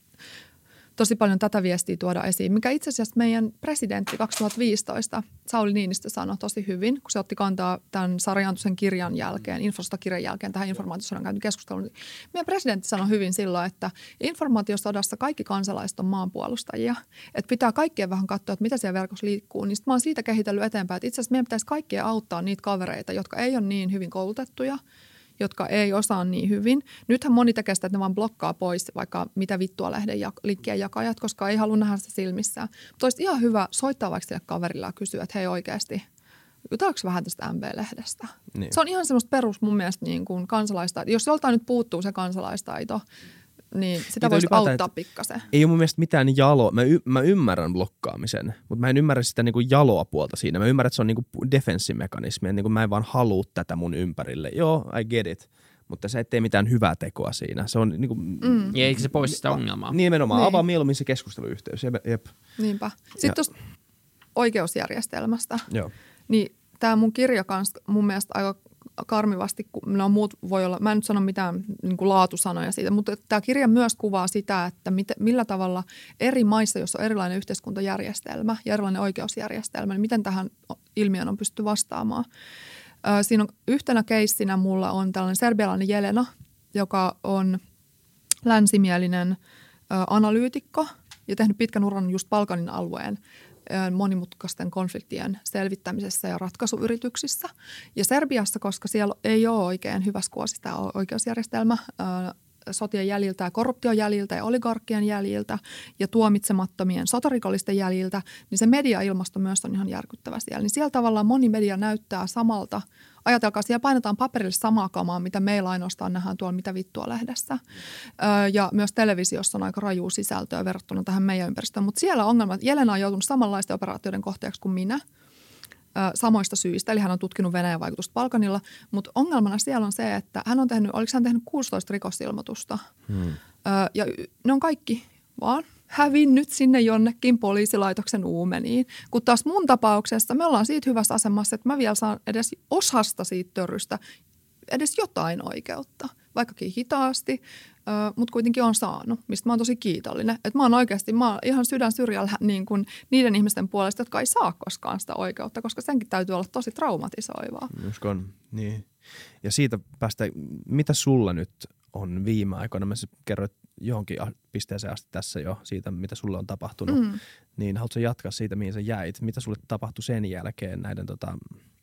tosi paljon tätä viestiä tuoda esiin, mikä itse asiassa meidän presidentti kaksituhattaviisitoista Sauli Niinistö sanoi tosi hyvin, kun se otti kantaa tämän Sari Antusen kirjan jälkeen, infosota-kirjan jälkeen tähän informaatiosodan käyty keskusteluun. Meidän presidentti sanoi hyvin silloin, että informaatiosodassa kaikki kansalaiset on maanpuolustajia, että pitää kaikkien vähän katsoa, että mitä siellä verkossa liikkuu. Niin sitten mä oon siitä kehitellyt eteenpäin, että itse asiassa meidän pitäisi kaikkien auttaa niitä kavereita, jotka ei ole niin hyvin koulutettuja, jotka ei osaa niin hyvin. Nythän moni tekee sitä, että ne vaan blokkaa pois vaikka mitä vittua lehden jak- liikkeen jakajat, koska ei halua nähdä sitä silmissään. Mutta olisi ihan hyvä soittaa vaikka sille kaverille ja kysyä, että hei oikeasti, jutellaanko vähän tästä M B-lehdestä? Niin. Se on ihan semmoista perus mun mielestä niin kuin kansalaistaito. Jos joltain nyt puuttuu se kansalaistaito, niin sitä niin voisi auttaa pikkasen. Ei ole mun mielestä mitään jaloa. Mä, y- mä ymmärrän blokkaamisen, mutta mä en ymmärrä sitä niinku jaloa puolta siinä. Mä ymmärrän, että se on niinku defenssimekanismi. Niinku mä en vaan halua tätä mun ympärille. Joo, I get it. Mutta se ei tee mitään hyvää tekoa siinä. Se on niinku... Mm. Ja eikö se poista sitä ongelmaa? Nimenomaan. Niin. Avaa mieluummin se keskusteluyhteys. Jep. Jep. Niinpä. Sitten tuosta oikeusjärjestelmästä. Joo. Niin tämä mun kirja kanssa mun mielestä aika karmivasti, kun no muut voi olla, mä en nyt sano mitään niin kuin laatusanoja siitä, mutta tämä kirja myös kuvaa sitä, että mit, millä tavalla eri maissa, jossa on erilainen yhteiskuntajärjestelmä ja erilainen oikeusjärjestelmä, niin miten tähän ilmiön on pystytty vastaamaan. Ö, siinä on yhtenä keissinä mulla on tällainen serbialainen Jelena, joka on länsimielinen ö, analyytikko ja tehnyt pitkän uran just Balkanin alueen monimutkaisten konfliktien selvittämisessä ja ratkaisuyrityksissä. Ja Serbiassa, koska siellä ei ole oikein hyvä kuosi tämä oikeusjärjestelmä sotien jäljiltä ja korruption jäljiltä ja oligarkkien jäljiltä ja tuomitsemattomien sotarikollisten jäljiltä, niin se mediailmasto myös on ihan järkyttävä siellä. Niin siellä tavallaan moni media näyttää samalta. Ajatelkaa, siellä painetaan paperille samaa kamaa, mitä meillä ainoastaan nähdään tuolla mitä vittua lehdessä. Öö, ja myös televisiossa on aika rajua sisältöä verrattuna tähän meidän ympäristöön. Mutta siellä ongelma, että Jelena on joutunut samanlaisten operaatioiden kohteeksi kuin minä. Öö, samoista syistä, eli hän on tutkinut Venäjän vaikutusta Balkanilla. Mutta ongelmana siellä on se, että hän on tehnyt, oliko hän tehnyt kuusitoista rikosilmoitusta. Hmm. Öö, ja ne on kaikki vaan hävinnyt sinne jonnekin poliisilaitoksen uumeniin. Kun taas mun tapauksessa me ollaan siitä hyvässä asemassa, että mä vielä saan edes osasta siitä törrystä edes jotain oikeutta. Vaikkakin hitaasti, mutta kuitenkin on saanut, mistä mä oon tosi kiitollinen. Että mä oon oikeasti, mä oon ihan sydän syrjällä niin kuin niiden ihmisten puolesta, jotka ei saa koskaan sitä oikeutta, koska senkin täytyy olla tosi traumatisoivaa. Uskon, niin. Ja siitä päästä, mitä sulla nyt on viime aikoina, mä kerroit johonkin pisteeseen asti tässä jo siitä, mitä sulle on tapahtunut, mm. niin haluatko jatkaa siitä, mihin sä jäit? Mitä sulle tapahtui sen jälkeen näiden tota...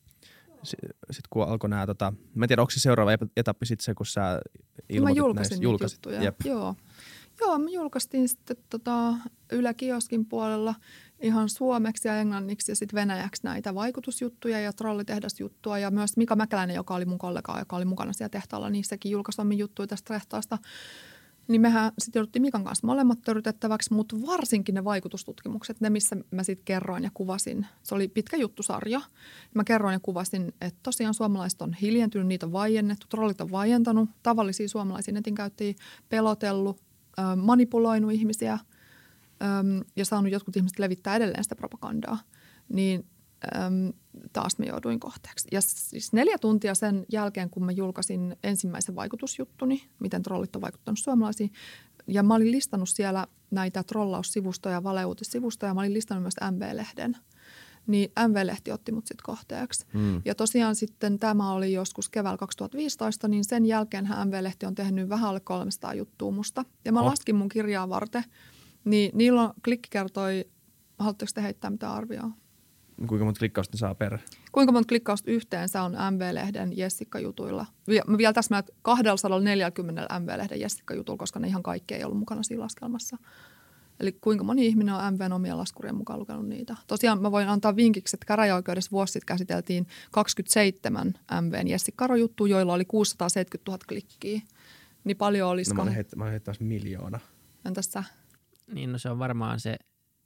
Sitten kun alkoi nämä, tota, mä en tiedä, onko se seuraava etappi sitten se, kun sä ilmoitit mä julkaisin näistä. Julkaisit. Juttuja. Joo. Joo, me julkaistiin sitten tota Yle Kioskin puolella ihan suomeksi ja englanniksi ja sitten venäjäksi näitä vaikutusjuttuja ja trollitehdasjuttua. Ja myös Mika Mäkeläinen, joka oli mun kollega, joka oli mukana siellä tehtaalla, niin sekin julkaisi omia juttuja tästä tehtaasta. Niin mehän sitten jouduttiin Mikan kanssa molemmat törrytettäväksi, mutta varsinkin ne vaikutustutkimukset, ne missä mä sitten kerroin ja kuvasin. Se oli pitkä juttusarja. Mä kerroin ja kuvasin, että tosiaan suomalaiset on hiljentynyt, niitä on vaiennettu, trollit on vaientanut, tavallisia suomalaisia netin käyttäjiä, pelotellut, manipuloinut ihmisiä ja saanut jotkut ihmiset levittää edelleen sitä propagandaa. Niin Öm, taas me jouduin kohteeksi. Ja siis neljä tuntia sen jälkeen, kun mä julkaisin ensimmäisen vaikutusjuttuni, miten trollit on vaikuttanut suomalaisiin, ja mä olin listannut siellä näitä trollaussivustoja ja valeuutissivustoja, mä olin listannut myös M V-lehden, niin M V-lehti otti mut sitten kohteeksi. Mm. Ja tosiaan sitten tämä oli joskus keväällä kaksituhattaviisitoista, niin sen jälkeen M V-lehti on tehnyt vähän alle kolmesataa juttua musta. Ja mä oh. laskin mun kirjaa varten, niin niillä on, klikki kertoi, haluatteko te heittää mitään arvioa? Kuinka monta klikkausta saa per? Kuinka monta klikkausta yhteensä on M V-lehden Jessica-jutuilla? Mä vielä tässä kaksisataaneljäkymmentä M V-lehden Jessica-jutuilla, koska ne ihan kaikki ei ollut mukana siinä laskelmassa. Eli kuinka moni ihminen on M V:n omien laskurien mukaan lukenut niitä? Tosiaan mä voin antaa vinkiksi, että käräjäoikeudessa vuosi sitten käsiteltiin kaksikymmentäseitsemän M V:n Jessica-juttua, joilla oli kuusisataaseitsemänkymmentätuhatta klikkiä. Niin paljon olisiko? No mä olen heittämässä miljoona. Entäs sä? Niin no se on varmaan se...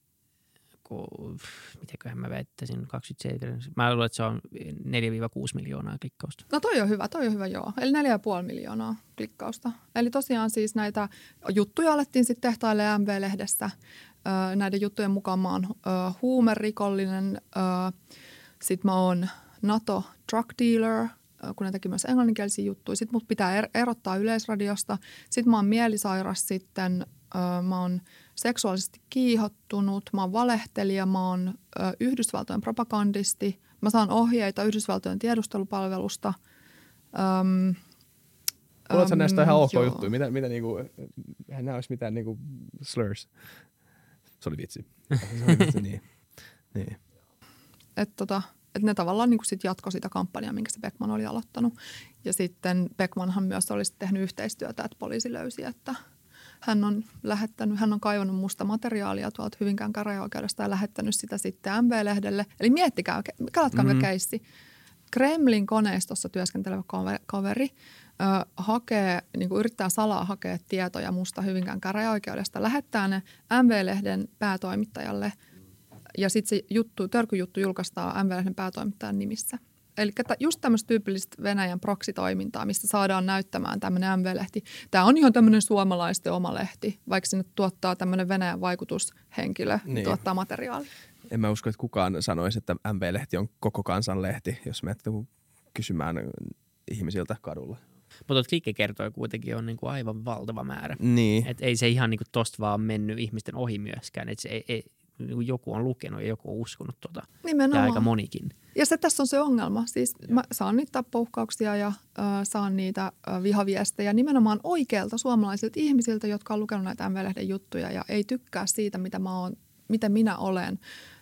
Mitenköhän mä väittäisin, kaksikymmentäseitsemän. Mä luulen, että se on neljä kuusi miljoonaa klikkausta. No toi on hyvä, toi on hyvä joo. Eli neljä pilkku viisi miljoonaa klikkausta. Eli tosiaan siis näitä juttuja alettiin sitten tehtailemaan M V-lehdessä. Näiden juttujen mukaan mä oon huumerikollinen, sit mä oon NATO drug dealer, kun ne teki myös englanninkielisiä juttuja. Sitten mut pitää erottaa Yleisradiosta. Sitten mä oon mielisairas sitten, mä oon seksuaalisesti kiihottunut, mä oon valehtelija, mä oon ö, Yhdysvaltojen propagandisti, mä saan ohjeita Yhdysvaltojen tiedustelupalvelusta. Öm, Oletko näistä ihan ok juttuja? Mitä, mitä niinku, eihän nämä olisi mitään niinku slurs. Se oli vitsi. Se oli vitsi, niin. niin. Että tota, et ne tavallaan niinku sit jatkoi sitä kampanjaa, minkä se Beckman oli aloittanut. Ja sitten Beckmanhan myös olisi tehnyt yhteistyötä, että poliisi löysi, että hän on lähettänyt, hän on kaivannut musta materiaalia tuolta Hyvinkään käräjäoikeudesta ja lähettänyt sitä sitten M V-lehdelle. Eli miettikää, kelatkaa mm-hmm. keissi. Kremlin koneistossa työskentelevä kaveri ö, hakee, niin kuin yrittää salaa hakea tietoja musta Hyvinkään käräjäoikeudesta, lähettää ne M V-lehden päätoimittajalle ja sitten se juttu, törkyjuttu julkaistaan M V-lehden päätoimittajan nimissä. Eli just tämmöistä tyypillistä Venäjän proksitoimintaa, mistä saadaan näyttämään tämmöinen M V-lehti. Tämä on ihan tämmöinen suomalaisten oma lehti, vaikka sinne tuottaa tämmöinen Venäjän vaikutushenkilö, niin tuottaa materiaalia. En mä usko, että kukaan sanoisi, että M V-lehti on koko kansan lehti, jos menet kysymään ihmisiltä kadulla. Mutta klikkikertoja kuitenkin on niinku aivan valtava määrä. Niin. Et ei se ihan niinku tosta vaan mennyt ihmisten ohi myöskään. Et se ei, ei, joku on lukenut ja joku on uskonut tota. Nimenomaan. Ja aika monikin. Ja se tässä on se ongelma. Siis mä saan niitä tappouhkauksia ja äh, saan niitä äh, vihaviestejä nimenomaan oikeilta suomalaisilta ihmisiltä, jotka on lukenut näitä M V-lehden juttuja ja ei tykkää siitä, mitä mä oon, miten minä olen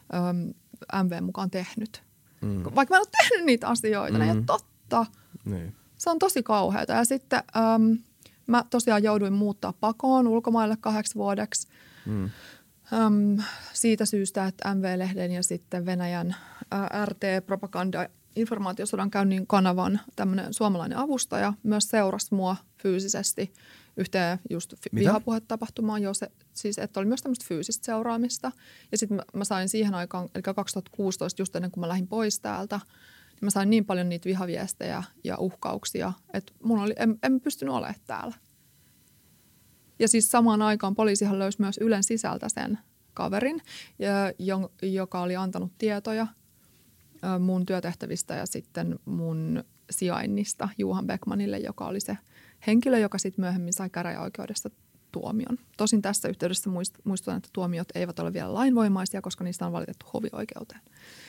ähm, M V:n mukaan tehnyt. Mm. Vaikka mä en ole tehnyt niitä asioita, mm. ne ei ole totta. Niin. Se on tosi kauheata. Ja sitten ähm, mä tosiaan jouduin muuttaa pakoon ulkomaille kahdeksi vuodeksi. Mm. Um, siitä syystä, että M V-lehden ja sitten Venäjän ä, R T-propaganda informaatiosodan käynnin kanavan tämmöinen suomalainen avustaja myös seurasi mua fyysisesti yhteen just vihapuhetapahtumaan. Jo se, siis, että oli myös tämmöistä fyysistä seuraamista. Ja sitten mä, mä sain siihen aikaan, eli kaksituhattakuusitoista just ennen kuin mä lähdin pois täältä, niin mä sain niin paljon niitä vihaviestejä ja uhkauksia, että mun oli, en, en pystynyt olemaan täällä. Ja siis samaan aikaan poliisihan löysi myös Ylen sisältä sen kaverin, joka oli antanut tietoja mun työtehtävistä ja sitten mun sijainnista Johan Beckmanille, joka oli se henkilö, joka sitten myöhemmin sai käräjäoikeudessa tuomion. Tosin tässä yhteydessä muistutan, että tuomiot eivät ole vielä lainvoimaisia, koska niistä on valitettu hovioikeuteen.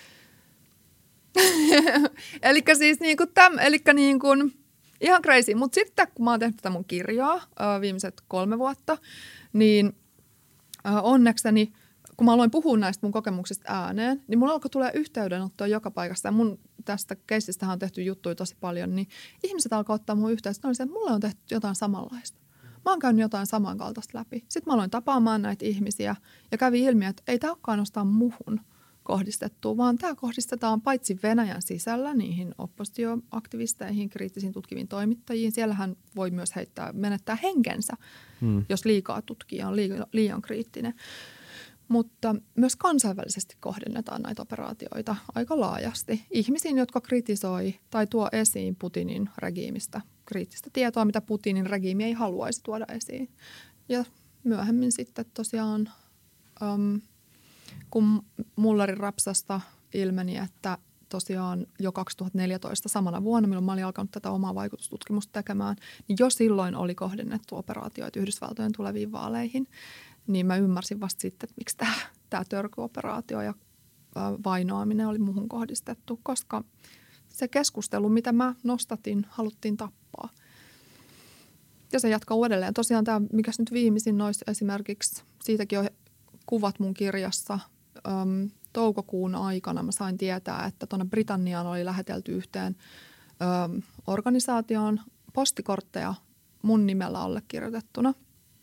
Elikkä siis niinku täm, elikkä niinku, ihan crazy. Mutta sitten kun mä oon tehnyt tätä mun kirjaa ö, viimeiset kolme vuotta, niin ö, onnekseni, kun mä aloin puhua näistä mun kokemuksista ääneen, niin mulla alkoi tulee yhteydenottoa joka paikasta. Ja mun tästä keissistähän on tehty juttuja tosi paljon, niin ihmiset alkoi ottaa mun yhteyttä. Ne oli se, että mulle on tehty jotain samanlaista. Mä oon käynyt jotain samankaltaista läpi. Sitten mä aloin tapaamaan näitä ihmisiä ja kävi ilmi, että ei tämä olekaan ainoastaan muhun kohdistettu, vaan tämä kohdistetaan paitsi Venäjän sisällä niihin oppositioaktivisteihin, kriittisiin tutkiviin toimittajiin. Siellähän voi myös heittää, menettää henkensä, hmm. jos liikaa tutkija on liian, liian kriittinen. Mutta myös kansainvälisesti kohdennetaan näitä operaatioita aika laajasti ihmisiin, jotka kritisoi tai tuo esiin Putinin regiimistä kriittistä tietoa, mitä Putinin regiimi ei haluaisi tuoda esiin. Ja myöhemmin sitten tosiaan, um, kun Mullerin rapsasta ilmeni, että tosiaan jo kaksituhattaneljätoista samana vuonna, milloin mä olin alkanut tätä omaa vaikutustutkimusta tekemään, niin jo silloin oli kohdennettu operaatioita Yhdysvaltojen tuleviin vaaleihin. Niin mä ymmärsin vasta sitten, että miksi tämä, tämä törkyoperaatio ja vainoaminen oli muuhun kohdistettu, koska se keskustelu, mitä mä nostatin, haluttiin tappaa. Ja se jatkaa uudelleen. Tosiaan tämä, mikä nyt viimeisin noissa esimerkiksi, siitäkin on kuvat mun kirjassa. Öm, toukokuun aikana mä sain tietää, että tuonne Britanniaan oli lähetelty yhteen öm, organisaatioon postikortteja mun nimellä allekirjoitettuna.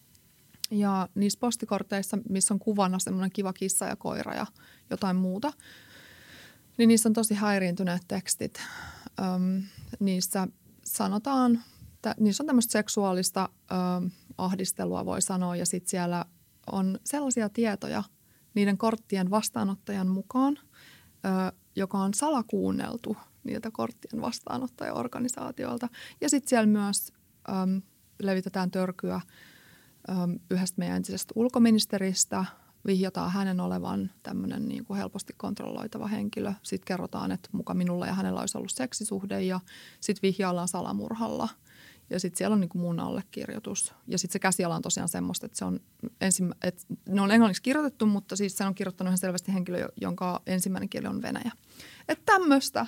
Ja niissä postikorteissa, missä on kuvana semmoinen kiva kissa ja koira ja jotain muuta, niin niissä on tosi häiriintyneet tekstit. Öm, niissä sanotaan, tä, niissä on tämmöistä seksuaalista öm, ahdistelua voi sanoa ja sitten siellä on sellaisia tietoja niiden korttien vastaanottajan mukaan, ö, joka on salakuunneltu niiltä korttien vastaanottajaorganisaatioilta. Ja sitten siellä myös öm, levitetään törkyä yhdestä meidän entisestä ulkoministeristä, vihjataan hänen olevan tämmöinen niin kuin helposti kontrolloitava henkilö. Sitten kerrotaan, että muka minulla ja hänellä olisi ollut seksisuhde ja sitten vihjaillaan salamurhalla. Ja sitten siellä on niin kuin mun allekirjoitus. Ja sitten se käsiala on tosiaan semmoista, että, se on ensimmä, että ne on englanniksi kirjoitettu, mutta siis sen on kirjoittanut ihan selvästi henkilö, jonka ensimmäinen kieli on venäjä. Että tämmöistä.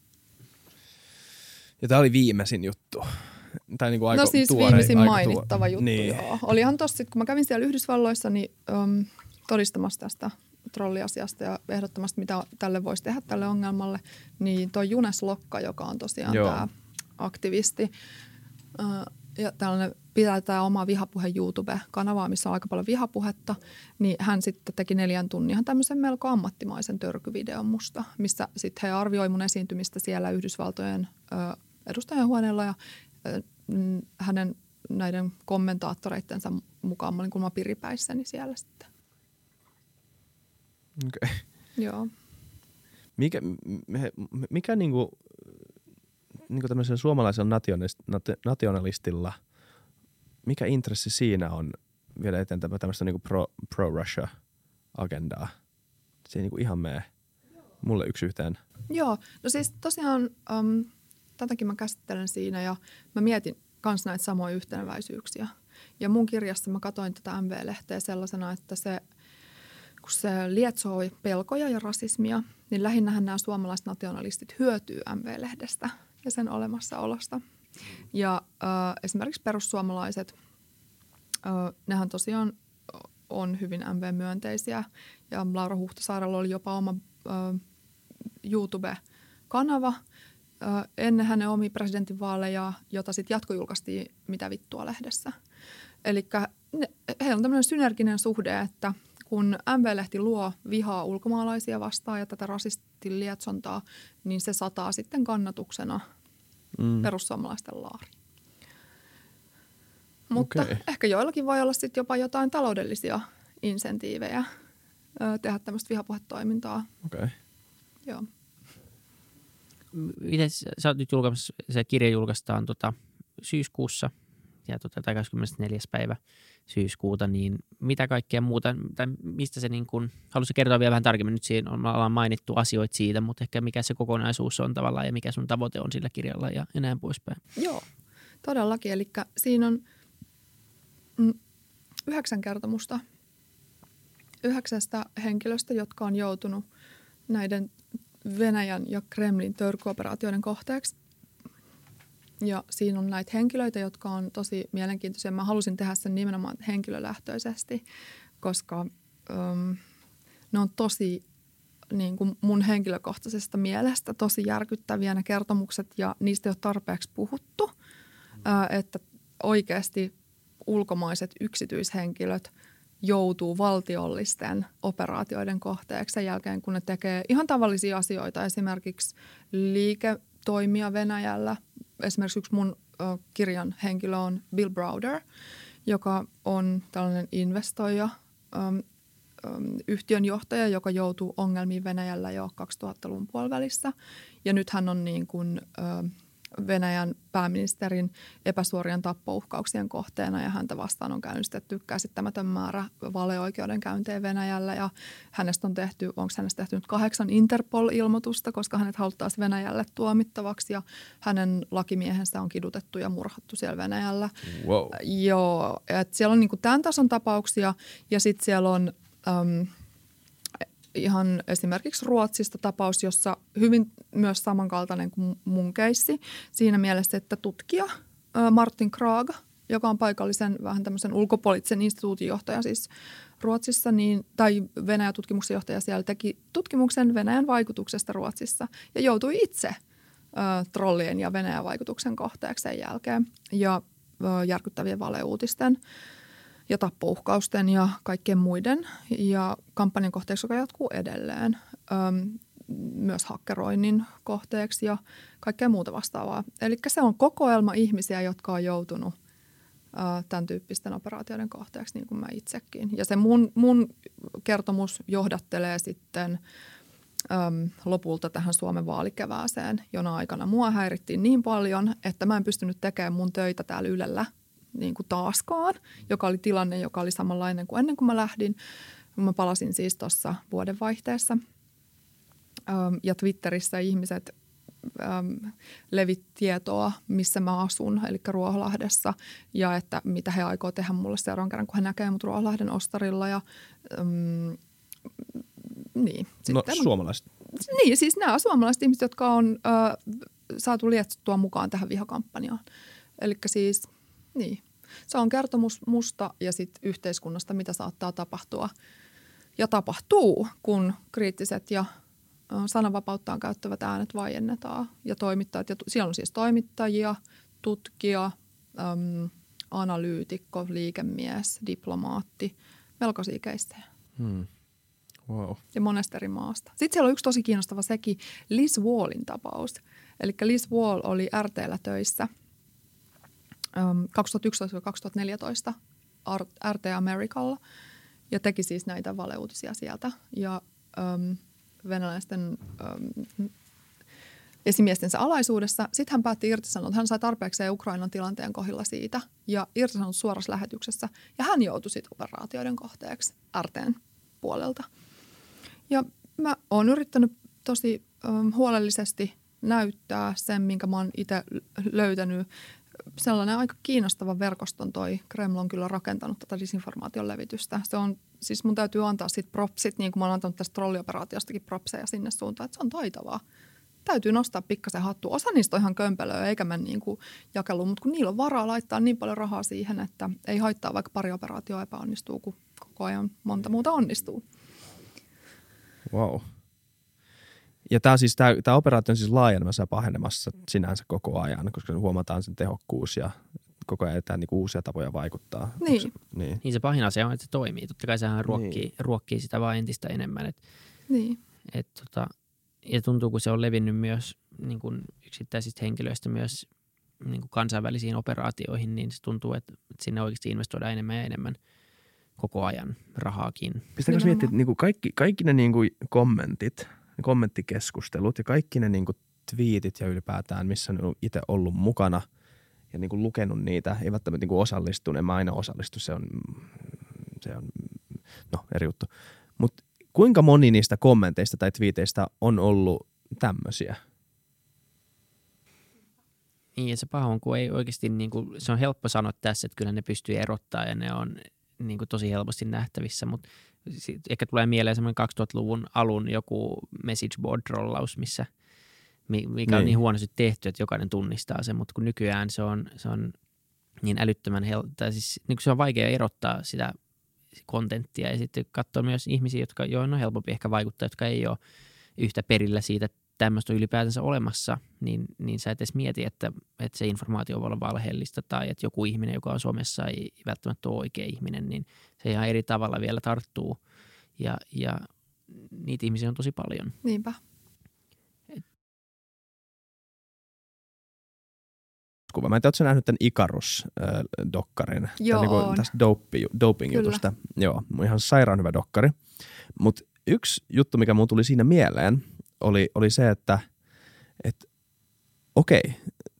Ja tämä oli viimeisin juttu. Tai niin kuin aika no siis tuore, viimeisin aika mainittava juttu, niin. joo. Olihan tossa, kun mä kävin siellä Yhdysvalloissa, niin um, todistamassa tästä trolliasiasta ja ehdottomasti, mitä tälle voisi tehdä tälle ongelmalle, niin toi Junes Lokka, joka on tosiaan tämä aktivisti, uh, ja tällainen pitää tämä oma vihapuhe YouTube-kanavaa, missä on aika paljon vihapuhetta, niin hän sitten teki neljän tunnin ihan tämmöisen melko ammattimaisen törkyvideon musta, missä sitten he arvioi mun esiintymistä siellä Yhdysvaltojen uh, edustajanhuoneella ja hänen näiden kommentaattoreittensa mukaan mä olin kulma piripäissäni siellä sitten. Okei. Okay. Joo. Mikä, mikä niinku, niinku tämmöisellä suomalaisella nationalistilla, mikä intressi siinä on viedä eteenpäin tämmöistä niinku pro, pro-Russia-agendaa? Se ei niinku ihan mene mulle yksi yhteen. Joo, no siis tosiaan um, tätäkin mä käsittelen siinä ja mä mietin kans näitä samoja yhteneväisyyksiä. Ja mun kirjassa mä katsoin tätä M V-lehteä sellaisena, että se, kun se lietsoi pelkoja ja rasismia, niin lähinnähän nämä suomalaiset nationalistit hyötyy M V-lehdestä ja sen olemassaolosta. Ja äh, esimerkiksi perussuomalaiset, äh, nehän tosiaan on hyvin M V-myönteisiä ja Laura Huhtasaarella oli jopa oma äh, YouTube-kanava, ennen hänen omia presidentinvaaleja, jota sitten jatkojulkaistiin Mitä vittua lehdessä. Eli heillä on tämmöinen synerginen suhde, että kun M V-lehti luo vihaa ulkomaalaisia vastaan ja tätä rasistin lietsontaa, niin se sataa sitten kannatuksena mm. perussuomalaisten laariin. Mutta okay. Ehkä joillakin voi olla sitten jopa jotain taloudellisia insentiivejä tehdä tämmöistä vihapuhetoimintaa. Okei. Okay. Joo. Miten sä oot nyt julkaisessa, se kirja julkaistaan tota syyskuussa ja tota, tai kaksikymmentäneljäs päivä syyskuuta, niin mitä kaikkea muuta, tai mistä se niin kuin, haluaisin kertoa vielä vähän tarkemmin, nyt siinä on, ollaan mainittu asioita siitä, mutta ehkä mikä se kokonaisuus on tavallaan ja mikä sun tavoite on sillä kirjalla ja, ja näin poispäin. Joo, todellakin, eli siinä on mm, yhdeksän kertomusta yhdeksästä henkilöstä, jotka on joutunut näiden Venäjän ja Kremlin törkyoperaatioiden kohteeksi. Ja siinä on näitä henkilöitä, jotka on tosi mielenkiintoisia. Mä halusin tehdä sen nimenomaan henkilölähtöisesti, koska um, ne on tosi niin kuin mun henkilökohtaisesta mielestä tosi järkyttäviä ne kertomukset ja niistä ei ole tarpeeksi puhuttu, ää, että oikeasti ulkomaiset yksityishenkilöt joutuu valtiollisten operaatioiden kohteeksi sen jälkeen, kun ne tekee ihan tavallisia asioita, esimerkiksi liiketoimia Venäjällä. Esimerkiksi yksi mun ö, kirjan henkilö on Bill Browder, joka on tällainen investoija, ö, ö, yhtiön johtaja, joka joutuu ongelmiin Venäjällä jo kaksituhattaluvun puolivälissä. Ja nyt hän on niin kuin ö, Venäjän pääministerin epäsuorien tappouhkauksien kohteena ja häntä vastaan on käynnistetty käsittämätön määrä valeoikeudenkäyntejä Venäjällä ja hänestä on tehty, onko hänestä tehty nyt kahdeksan Interpol-ilmoitusta, koska hänet haluttaisiin Venäjälle tuomittavaksi ja hänen lakimiehensä on kidutettu ja murhattu siellä Venäjällä. Wow. Joo, että siellä on niinku tämän tason tapauksia ja sitten siellä on äm, ihan esimerkiksi Ruotsista tapaus, jossa hyvin myös samankaltainen kuin mun keissi siinä mielessä, että tutkija Martin Kraaga, joka on paikallisen vähän tämmöisen ulkopoliittisen instituutin johtaja siis Ruotsissa, niin, tai Venäjän tutkimuksen johtaja siellä teki tutkimuksen Venäjän vaikutuksesta Ruotsissa ja joutui itse ö, trollien ja Venäjän vaikutuksen kohteeksi sen jälkeen ja ö, järkyttävien valeuutisten ja tappouhkausten ja kaikkien muiden ja kampanjan kohteeksi, joka jatkuu edelleen, Öm, myös hakkeroinnin kohteeksi ja kaikkea muuta vastaavaa. Eli se on kokoelma ihmisiä, jotka on joutunut ö, tämän tyyppisten operaatioiden kohteeksi, niin kuin mä itsekin. Ja se mun, mun kertomus johdattelee sitten Öm, lopulta tähän Suomen vaalikevääseen, jona aikana mua häirittiin niin paljon, että mä en pystynyt tekemään mun töitä täällä Ylellä niin kuin taaskaan, joka oli tilanne, joka oli samanlainen kuin ennen kuin mä lähdin. Mä palasin siis tuossa vuodenvaihteessa Öm, ja Twitterissä ihmiset äm, levit tietoa, missä mä asun, eli Ruoholahdessa ja että mitä he aikoo tehdä mulle seuraavan kerran, kun he näkee mut Ruoholahden ostarilla ja äm, niin. No Sitten, suomalaiset. Niin, siis nämä suomalaiset ihmiset, jotka on äh, saatu lietsuttua mukaan tähän vihakampanjaan. Eli siis niin. Se on kertomus musta ja sitten yhteiskunnasta, mitä saattaa tapahtua ja tapahtuu, kun kriittiset ja sananvapauttaan käyttävät äänet vaiennetaan. Ja toimittajat, ja siellä on siis toimittajia, tutkija, äm, analyytikko, liikemies, diplomaatti, melkoisia keissejä. Hmm. Wow. Ja monesta eri maasta. Sitten siellä on yksi tosi kiinnostava sekin, Liz Wallin tapaus. Eli Liz Wall oli R T:llä töissä kaksituhattayksitoista kaksituhattaneljätoista R T Americalla ja teki siis näitä valeuutisia sieltä. Ja äm, venäläisten äm, esimiestensä alaisuudessa. Sitten hän päätti irtisanoa, että hän sai tarpeekseen Ukrainan tilanteen kohdalla siitä ja irtisanoi suorassa lähetyksessä. Ja hän joutui sitten operaatioiden kohteeksi R T:n puolelta. Ja mä oon yrittänyt tosi äm, huolellisesti näyttää sen, minkä mä oon itse löytänyt. Sellainen aika kiinnostava verkoston toi Kreml on kyllä rakentanut tätä disinformaation levitystä. Se on, siis mun täytyy antaa sit propsit, niin kuin mä oon antanut tästä trollioperaatiostakin propseja sinne suuntaan, että se on taitavaa. Täytyy nostaa pikkasen hattua. Osa niistä on ihan kömpelöä eikä mene niin kuin jakeluun, mutta kun niillä on varaa laittaa niin paljon rahaa siihen, että ei haittaa vaikka pari operaatioa epäonnistuu, kun koko ajan monta muuta onnistuu. Wow. Ja tämä, siis, tämä, tämä operaatio on siis laajenemassa ja pahenemassa sinänsä koko ajan, koska huomataan sen tehokkuus ja koko ajan etään niin uusia tapoja vaikuttaa. Niin. Se, niin. Niin se pahin asia on, että se toimii. Totta kai sehän ruokkii, niin. ruokkii sitä vaan entistä enemmän. Et, niin. et, tota, ja tuntuu, kun se on levinnyt myös niin kuin yksittäisistä henkilöistä myös niin kuin kansainvälisiin operaatioihin, niin se tuntuu, että, että sinne oikeasti investoidaan enemmän ja enemmän koko ajan rahaakin. Pistäkö miettiä, että niin kuin kaikki, kaikki ne niin kuin kommentit, kommenttikeskustelut ja kaikki ne niin kuin twiitit ja ylipäätään, missä on itse ollut mukana ja niin kuin lukenut niitä, ei välttämättä niin kuin osallistunut, en mä aina osallistu, se on, se on no eri juttu. Mutta kuinka moni niistä kommenteista tai twiiteistä on ollut tämmöisiä? Niin, ja se paha on, kun ei oikeasti, niin kuin, se on helppo sanoa tässä, että kyllä ne pystyy erottaa ja ne on niin kuin, tosi helposti nähtävissä, mutta ehkä tulee mieleen semmoinen kaksituhattaluvun alun joku message board-rollaus, missä, mikä on niin, niin huonosti tehty, että jokainen tunnistaa sen, mutta kun nykyään se on, se on niin älyttömän helppo, siis niin kuin se on vaikea erottaa sitä kontenttia ja sitten katsoa myös ihmisiä, jotka, joihin on helpompi ehkä vaikuttaa, jotka ei ole yhtä perillä siitä, että tämmöistä on ylipäätänsä olemassa, niin, niin sä et edes mieti, että, että se informaatio voi olla valheellista tai että joku ihminen, joka on Suomessa, ei välttämättä ole oikea ihminen, niin se ihan eri tavalla vielä tarttuu ja, ja niitä ihmisiä on tosi paljon. Niinpä. Et... Mä en tiedä, ootko sä nähnyt tämän Icarus-dokkarin? Joo, niin kuin tästä doping-jutusta. Joo, ihan sairaan hyvä dokkari. Mutta yksi juttu, mikä mun tuli siinä mieleen, oli, oli se, että et, okei,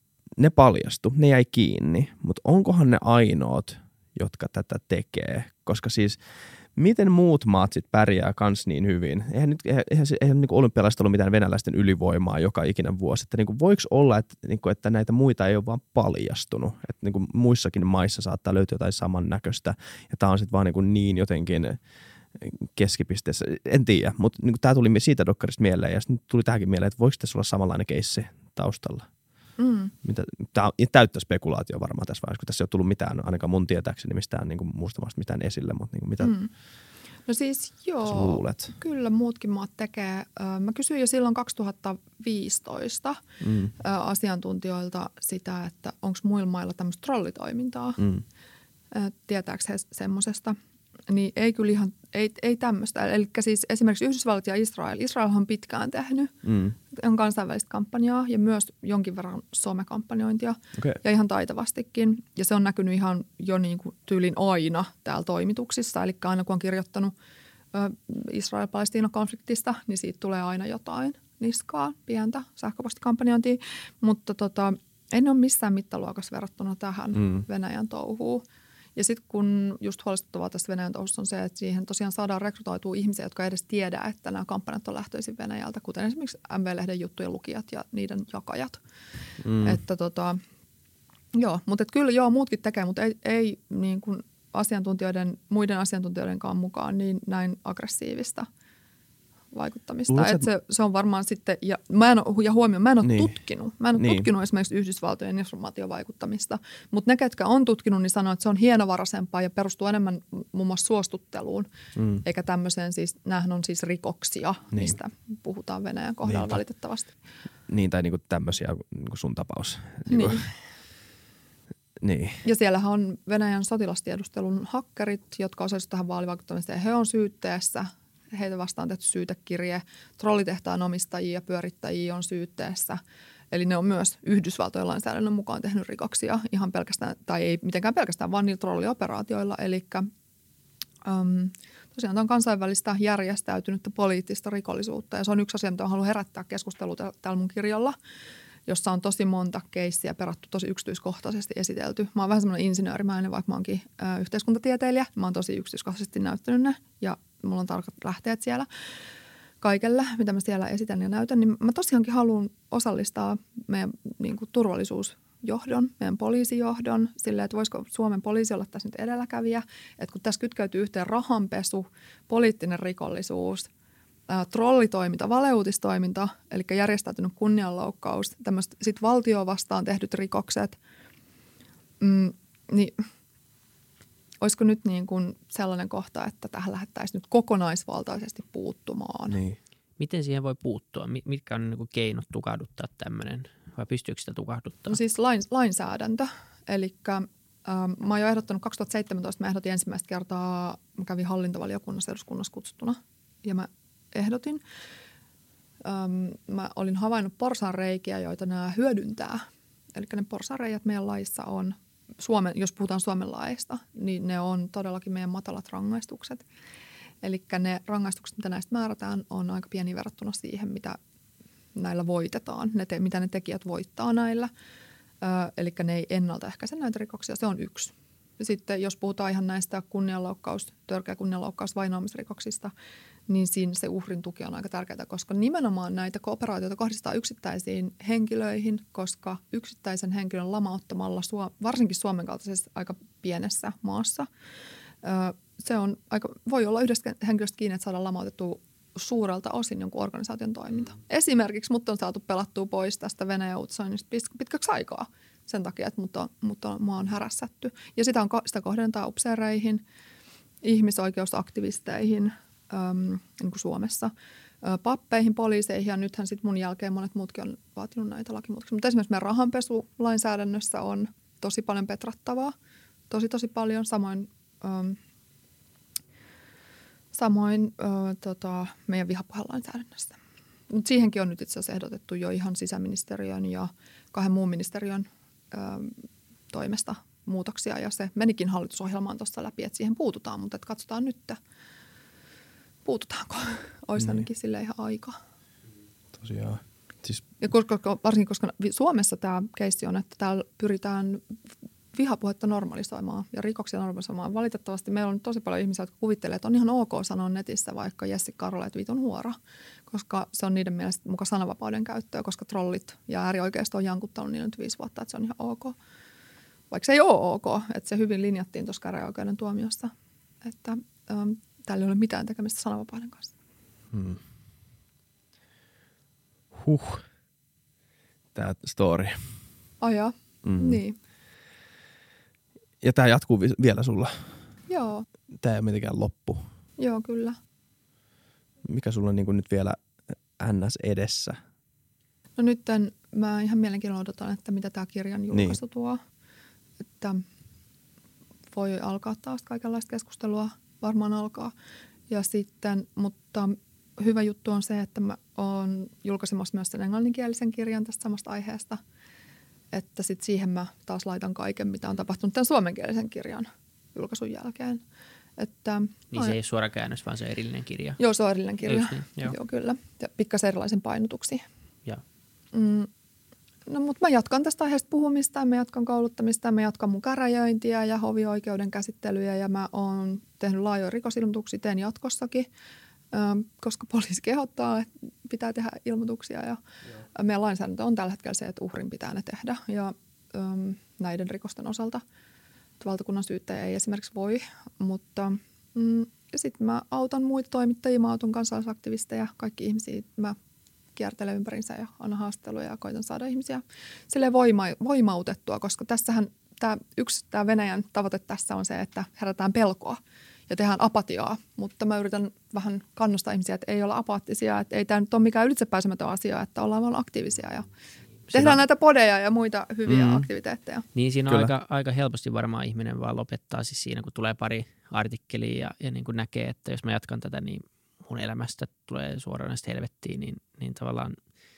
ne paljastu, ne jäi kiinni, mutta onkohan ne ainoat, jotka tätä tekee? Koska siis miten muut maat sit pärjää kans niin hyvin? Eihän nyt eihän, eihän, eihän niin olympialaisista ollut mitään venäläisten ylivoimaa joka ikinen vuosi. Että niin voiko olla, että, niin kuin, että näitä muita ei ole vaan paljastunut? Että niin muissakin maissa saattaa löytyä jotain samannäköistä ja tämä on sitten vaan niin, niin jotenkin keskipisteessä. En tiedä, mutta niin tämä tuli siitä dokkarista mieleen ja sitten tuli tähänkin mieleen, että voiko tässä olla samanlainen keissi taustalla? Mm. Tämä on täyttä spekulaatio varmaan tässä vaiheessa, kun tässä ei ole tullut mitään, ainakaan mun tietääkseni mistään niin kuin muusta maasta mitään esille, mutta niin kuin mitä mm. No siis joo, luulet? Kyllä muutkin maat tekee. Mä kysyin jo silloin kaksituhattaviisitoista mm. asiantuntijoilta sitä, että onko muilla mailla tämmöistä trollitoimintaa. Mm. Tietääkö he semmoisesta? Niin ei kyllä ihan, ei, ei tämmöistä. Eli siis esimerkiksi Yhdysvallat ja Israel. Israel on pitkään tehnyt. Mm. On kansainvälistä kampanjaa ja myös jonkin verran somekampanjointia. Okay. Ja ihan taitavastikin. Ja se on näkynyt ihan jo niin kuin tyylin aina täällä toimituksissa. Eli aina kun on kirjoittanut ö, Israel-Palestiina-konfliktista, niin siitä tulee aina jotain niskaa, pientä sähköpostikampanjointia. Mutta tota, en ole missään mittaluokassa verrattuna tähän mm. Venäjän touhuun. Ja sitten kun just huolestuttavaa tässä Venäjän touhussa on se, että siihen tosiaan saadaan rekrytoitua ihmisiä, jotka ei edes tiedä, että nämä kampanjat on lähtöisin Venäjältä, kuten esimerkiksi M V-lehden juttujen lukijat ja niiden jakajat. Mm. Että tota, joo, mutta kyllä joo, muutkin tekee, mutta ei, ei niin kuin asiantuntijoiden, muiden asiantuntijoidenkaan mukaan niin näin aggressiivista vaikuttamista. Että se, se on varmaan sitten, ja, mä en ole, ja huomioon, mä en ole niin. tutkinut. Mä en ole niin. tutkinut esimerkiksi Yhdysvaltojen informaatiovaikuttamista, mutta ne, ketkä on tutkinut, niin sanoo, että se on hienovaraisempaa ja perustuu enemmän muun muassa suostutteluun, mm. eikä tämmöiseen siis, näähän on siis rikoksia, niin. mistä puhutaan Venäjän kohdalla niin. valitettavasti. Niin, tai niinku tämmöisiä niinku sun tapaus. Niinku. Niin. Niin. Ja siellähän on Venäjän sotilastiedustelun hakkerit, jotka osallistuvat tähän vaalivaikuttamiseen. He on syytteessä. Heitä vastaan tehty syytekirje. Trollitehtaan omistajia ja pyörittäjiä on syytteessä. Eli ne on myös Yhdysvaltojen lainsäädännön mukaan tehnyt rikoksia ihan pelkästään, tai ei mitenkään pelkästään, vaan niillä trollioperaatioilla. Eli um, tosiaan tämä on kansainvälistä järjestäytynyttä poliittista rikollisuutta. Ja se on yksi asia, mitä haluan herättää keskustelua täällä mun kirjalla, jossa on tosi monta keissiä perattu tosi yksityiskohtaisesti esitelty. Mä oon vähän semmoinen insinöörimäinen, vaikka mä oonkin ä, yhteiskuntatieteilijä. Mä oon tosi yksityiskohtaisesti näyttänyt ne ja mulla on tarkat lähteet siellä kaikelle, mitä mä siellä esitän ja näytän. Niin mä tosiaankin haluan osallistaa meidän niin kuin turvallisuusjohdon, meidän poliisijohdon silleen, että voisiko Suomen poliisi olla tässä nyt edelläkävijä. Että kun tässä kytkeytyy yhteen rahanpesu, poliittinen rikollisuus, trollitoiminta, valeuutistoiminta, eli järjestäytynyt kunnianloukkaus, tämmöiset sitten valtioon vastaan tehdyt rikokset, mm, niin olisiko nyt niin kuin sellainen kohta, että tähän lähdettäisiin nyt kokonaisvaltaisesti puuttumaan? Niin. Miten siihen voi puuttua? Mitkä on niin kuin keinot tukahduttaa tämmöinen, vai pystyykö sitä tukahduttaa? No siis lain, lainsäädäntö, eli ähm, mä oon jo ehdottanut kaksituhattaseitsemäntoista, mä ehdotin ensimmäistä kertaa, mä kävin hallintovaliokunnassa eduskunnassa kutsuttuna, ja mä ehdotin. Öm, mä olin havainnut porsaanreikiä, joita nämä hyödyntää. Eli ne porsaanreijät meidän laissa on, Suomen, jos puhutaan Suomen laista, niin ne on todellakin meidän matalat rangaistukset. Eli ne rangaistukset, mitä näistä määrätään, on aika pieni verrattuna siihen, mitä näillä voitetaan, ne te, mitä ne tekijät voittaa näillä. Ö, eli ne ei ennaltaehkäise näitä rikoksia, se on yksi. Ja sitten jos puhutaan ihan näistä kunnianloukkaus, törkeä kunnianloukkaus, vainoamisrikoksista, niin siinä se uhrin tuki on aika tärkeää, koska nimenomaan näitä operaatioita kohdistaa yksittäisiin henkilöihin, koska yksittäisen henkilön lamauttamalla, varsinkin Suomen kaltaisessa aika pienessä maassa, se on aika, voi olla yhdestä henkilöstä kiinni, että saadaan lamautettua suurelta osin jonkun organisaation toiminta. Esimerkiksi mut on saatu pelattua pois tästä Venäjän uutisoinnista pitkäksi aikaa sen takia, että mut on, mut on, mua on härässätty. Ja sitä, on, sitä kohdentaa upseereihin, ihmisoikeusaktivisteihin, äm, niin kuin Suomessa, ä, pappeihin, poliiseihin ja nythän sitten mun jälkeen monet muutkin on vaatinut näitä lakimuutoksia. Mutta esimerkiksi meidän rahanpesulainsäädännössä on tosi paljon petrattavaa, tosi tosi paljon, samoin... Äm, Samoin ö, tota, meidän vihapuhelainsäädännössä. Mut siihenkin on nyt itse asiassa ehdotettu jo ihan sisäministeriön ja kahden muun ministeriön ö, toimesta muutoksia. Ja se menikin hallitusohjelmaan tuossa läpi, että siihen puututaan, mutta et katsotaan nyt, puututaanko. Olisi niin. Ainakin sille ihan aika. Tosiaan. Siis... Ja koska, varsinkin koska Suomessa tämä keissi on, että täällä pyritään vihapuhetta normalisoimaan ja rikoksia normalisoimaan. Valitettavasti meillä on tosi paljon ihmisiä, jotka kuvittelee, että on ihan ok sanoa netissä vaikka Jessikka Arolle, että vitun huora, koska se on niiden mielestä muka sananvapauden käyttöä, koska trollit ja äärioikeisto on jankuttanut niille nyt viisi vuotta, että se on ihan ok. Vaikka se ei ole ok, että se hyvin linjattiin tuossa käräjäoikeuden tuomiossa, että ähm, täällä ei ole mitään tekemistä sananvapauden kanssa. Hmm. Huh. Tämä story. Ajaa, mm. niin. Ja tämä jatkuu vi- vielä sulla? Joo. Tämä ei ole mitenkään loppu? Joo, kyllä. Mikä sulla on niin kuin nyt vielä ns. Edessä? No nyt mä ihan mielenkiinnolla odotan, että mitä tämä kirjan julkaisu niin. tuo. Että voi alkaa taas kaikenlaista keskustelua, varmaan alkaa. Ja sitten, mutta hyvä juttu on se, että mä oon julkaisemassa myös sen englanninkielisen kirjan tästä samasta aiheesta. Että sitten siihen mä taas laitan kaiken, mitä on tapahtunut tämän suomenkielisen kirjan julkaisun jälkeen. Että, niin se ei ole suora käännös, vaan se on erillinen kirja. Joo, se on erillinen kirja. Niin? Joo. Joo, kyllä. Ja pikkasen erilaisen painotuksi. Ja. Mm, no, mutta mä jatkan tästä aiheesta puhumista, mä jatkan kouluttamista, mä jatkan mun käräjöintiä ja hovioikeuden käsittelyjä ja mä oon tehnyt laajoja rikosilmoituksia, teen jatkossakin, koska poliisi kehottaa, että pitää tehdä ilmoituksia ja Joo. meidän lainsäädäntö on tällä hetkellä se, että uhrin pitää ne tehdä ja äm, näiden rikosten osalta valtakunnan syyttäjä ei esimerkiksi voi, mutta mm, sitten mä autan muita toimittajia, mä autan kansalaisaktivisteja, kaikki ihmisiä, mä kiertelen ympärinsä ja annan haastatteluja ja koitan saada ihmisiä silleen voima, voimautettua, koska tässähän tämä yksi tämä Venäjän tavoite tässä on se, että herätään pelkoa ja tehdään apatiaa, mutta mä yritän vähän kannustaa ihmisiä, että ei olla apaattisia, että ei tämä nyt ole mikään ylitsepääsemätön asia, että ollaan vaan aktiivisia ja tehdään näitä podeja ja muita hyviä mm. aktiviteetteja. Niin siinä on aika, aika helposti varmaan ihminen vaan lopettaa siis siinä, kun tulee pari artikkelia ja, ja niin kuin näkee, että jos mä jatkan tätä, niin mun elämästä tulee suoraan näistä helvettiin, niin, niin tavallaan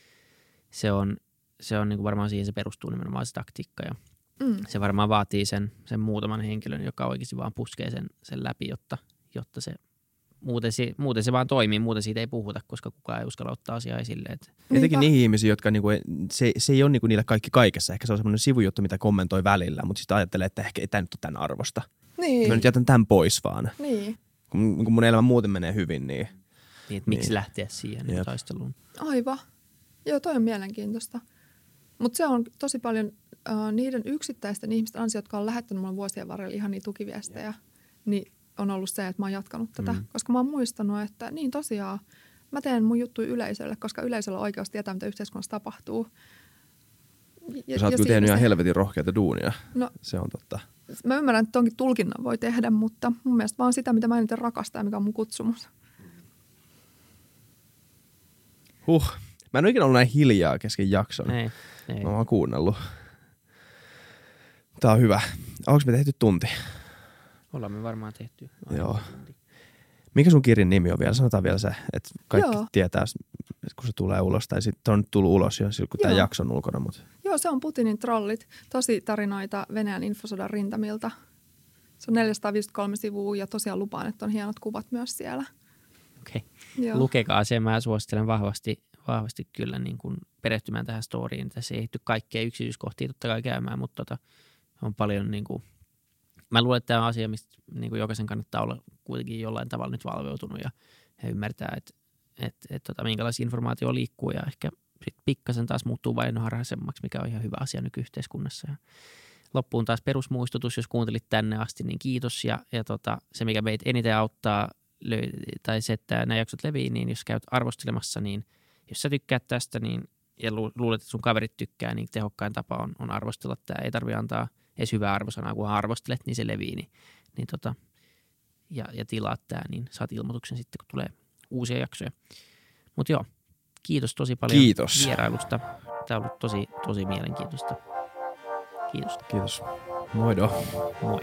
se on, se on niin kuin varmaan siihen se perustuu nimenomaan se taktiikka ja mm. se varmaan vaatii sen, sen muutaman henkilön, joka oikeasti vaan puskee sen, sen läpi, jotta, jotta se muuten, se muuten se vaan toimii, muuten siitä ei puhuta, koska kukaan ei uskalla ottaa asiaa esille. Että. Jotenkin niihin ihmisiin, jotka niinku, se, se ei ole niinku niille kaikki kaikessa, ehkä se on semmoinen sivujuttu, mitä kommentoi välillä, mutta sitten ajattelee, että ehkä ei tämä nyt ole tämän arvosta. Niin. Mä nyt jätän tämän pois vaan. Niin. Kun, kun mun elämä muuten menee hyvin, niin... Niin, että miksi niin. lähteä siihen niin taisteluun. Aivan. Joo, toi on mielenkiintoista. Mutta se on tosi paljon äh, niiden yksittäisten ihmisten ansio, jotka on lähettänyt mulle vuosien varrella ihan niitä tukiviestejä, yeah. niin on ollut se, että mä oon jatkanut tätä. Mm. Koska mä oon muistanut, että niin tosiaan mä teen mun juttuja yleisölle, koska yleisöllä on oikeus tietää, mitä yhteiskunnassa tapahtuu. Ja, sä oot kyllä tehnyt ihan helvetin rohkeita duunia. No, se on totta. Mä ymmärrän, että tonkin tulkinnan voi tehdä, mutta mun mielestä vaan sitä, mitä mä eniten rakastan ja mikä on mun kutsumus. Huh. Mä en ole ikinä ollut näin hiljaa kesken jakson. Ei, ei. Mä oon kuunnellut. Tää on hyvä. Onko me tehty tunti? Ollaan me varmaan tehty. Joo. Mikä sun kirjan nimi on vielä? Sanotaan vielä se, että kaikki Joo. tietää, kun se tulee ulos. Tai sitten on nyt tullut ulos jo, kun tämä jakso on ulkona. Mutta. Joo, se on Putinin trollit. Tosi tarinoita Venäjän infosodan rintamilta. Se on neljäsataaviisikymmentäkolme sivua ja tosiaan lupaan, että on hienot kuvat myös siellä. Okei. Okay. Lukekaa se. Mä suosittelen vahvasti, vahvasti kyllä niin kuin perehtymään tähän storyin. Tässä ei ehty kaikkea yksityiskohtia totta kai käymään, mutta tota, on paljon niin kuin, mä luulen, että tämä on asia, mistä niin kuin jokaisen kannattaa olla kuitenkin jollain tavalla nyt valveutunut ja, ja ymmärtää, että et, et, tota, minkälaisia informaatio liikkuu ja ehkä sitten pikkasen taas muuttuu vainoharhaisemmaksi, mikä on ihan hyvä asia nykyyhteiskunnassa. Ja loppuun taas perusmuistutus, jos kuuntelit tänne asti, niin kiitos. Ja, ja tota, se, mikä meitä eniten auttaa, tai se, että nämä jaksot levii, niin jos käyt arvostelemassa, niin jos sä tykkäät tästä niin, ja luulet, että sun kaverit tykkää, niin tehokkain tapa on, on arvostella. Tämä ei tarvitse antaa edes hyvää arvosanaa, kun arvostelet, niin se levii. Niin, niin tota, ja, ja tilaat tämä, niin saat ilmoituksen sitten, kun tulee uusia jaksoja. Mutta joo, kiitos tosi paljon Kiitos. vierailusta. Tämä on ollut tosi, tosi mielenkiintoista. Kiitos. Kiitos. Moido. Moi.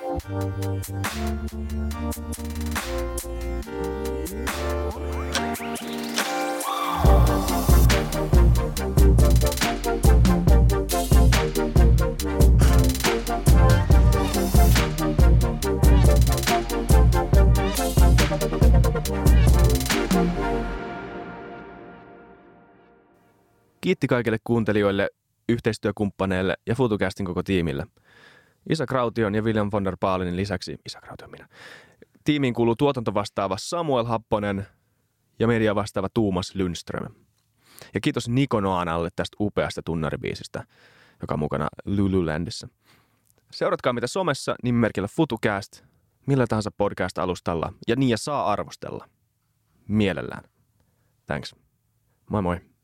Kiitti kaikille kuuntelijoille, yhteistyökumppaneille ja FutuCastin koko tiimille. Isa Kraution ja William von der Baalinin lisäksi, Isa Kraution minä, tiimiin kuuluu tuotantovastaava Samuel Happonen ja media vastaava Tuumas Lundström. Ja kiitos Niko Noanalle tästä upeasta tunnaribiisistä, joka on mukana Lululandissa. Seuratkaa mitä somessa nimimerkillä FutuCast, millä tahansa podcast-alustalla ja niin ja saa arvostella. Mielellään. Thanks. Moi moi.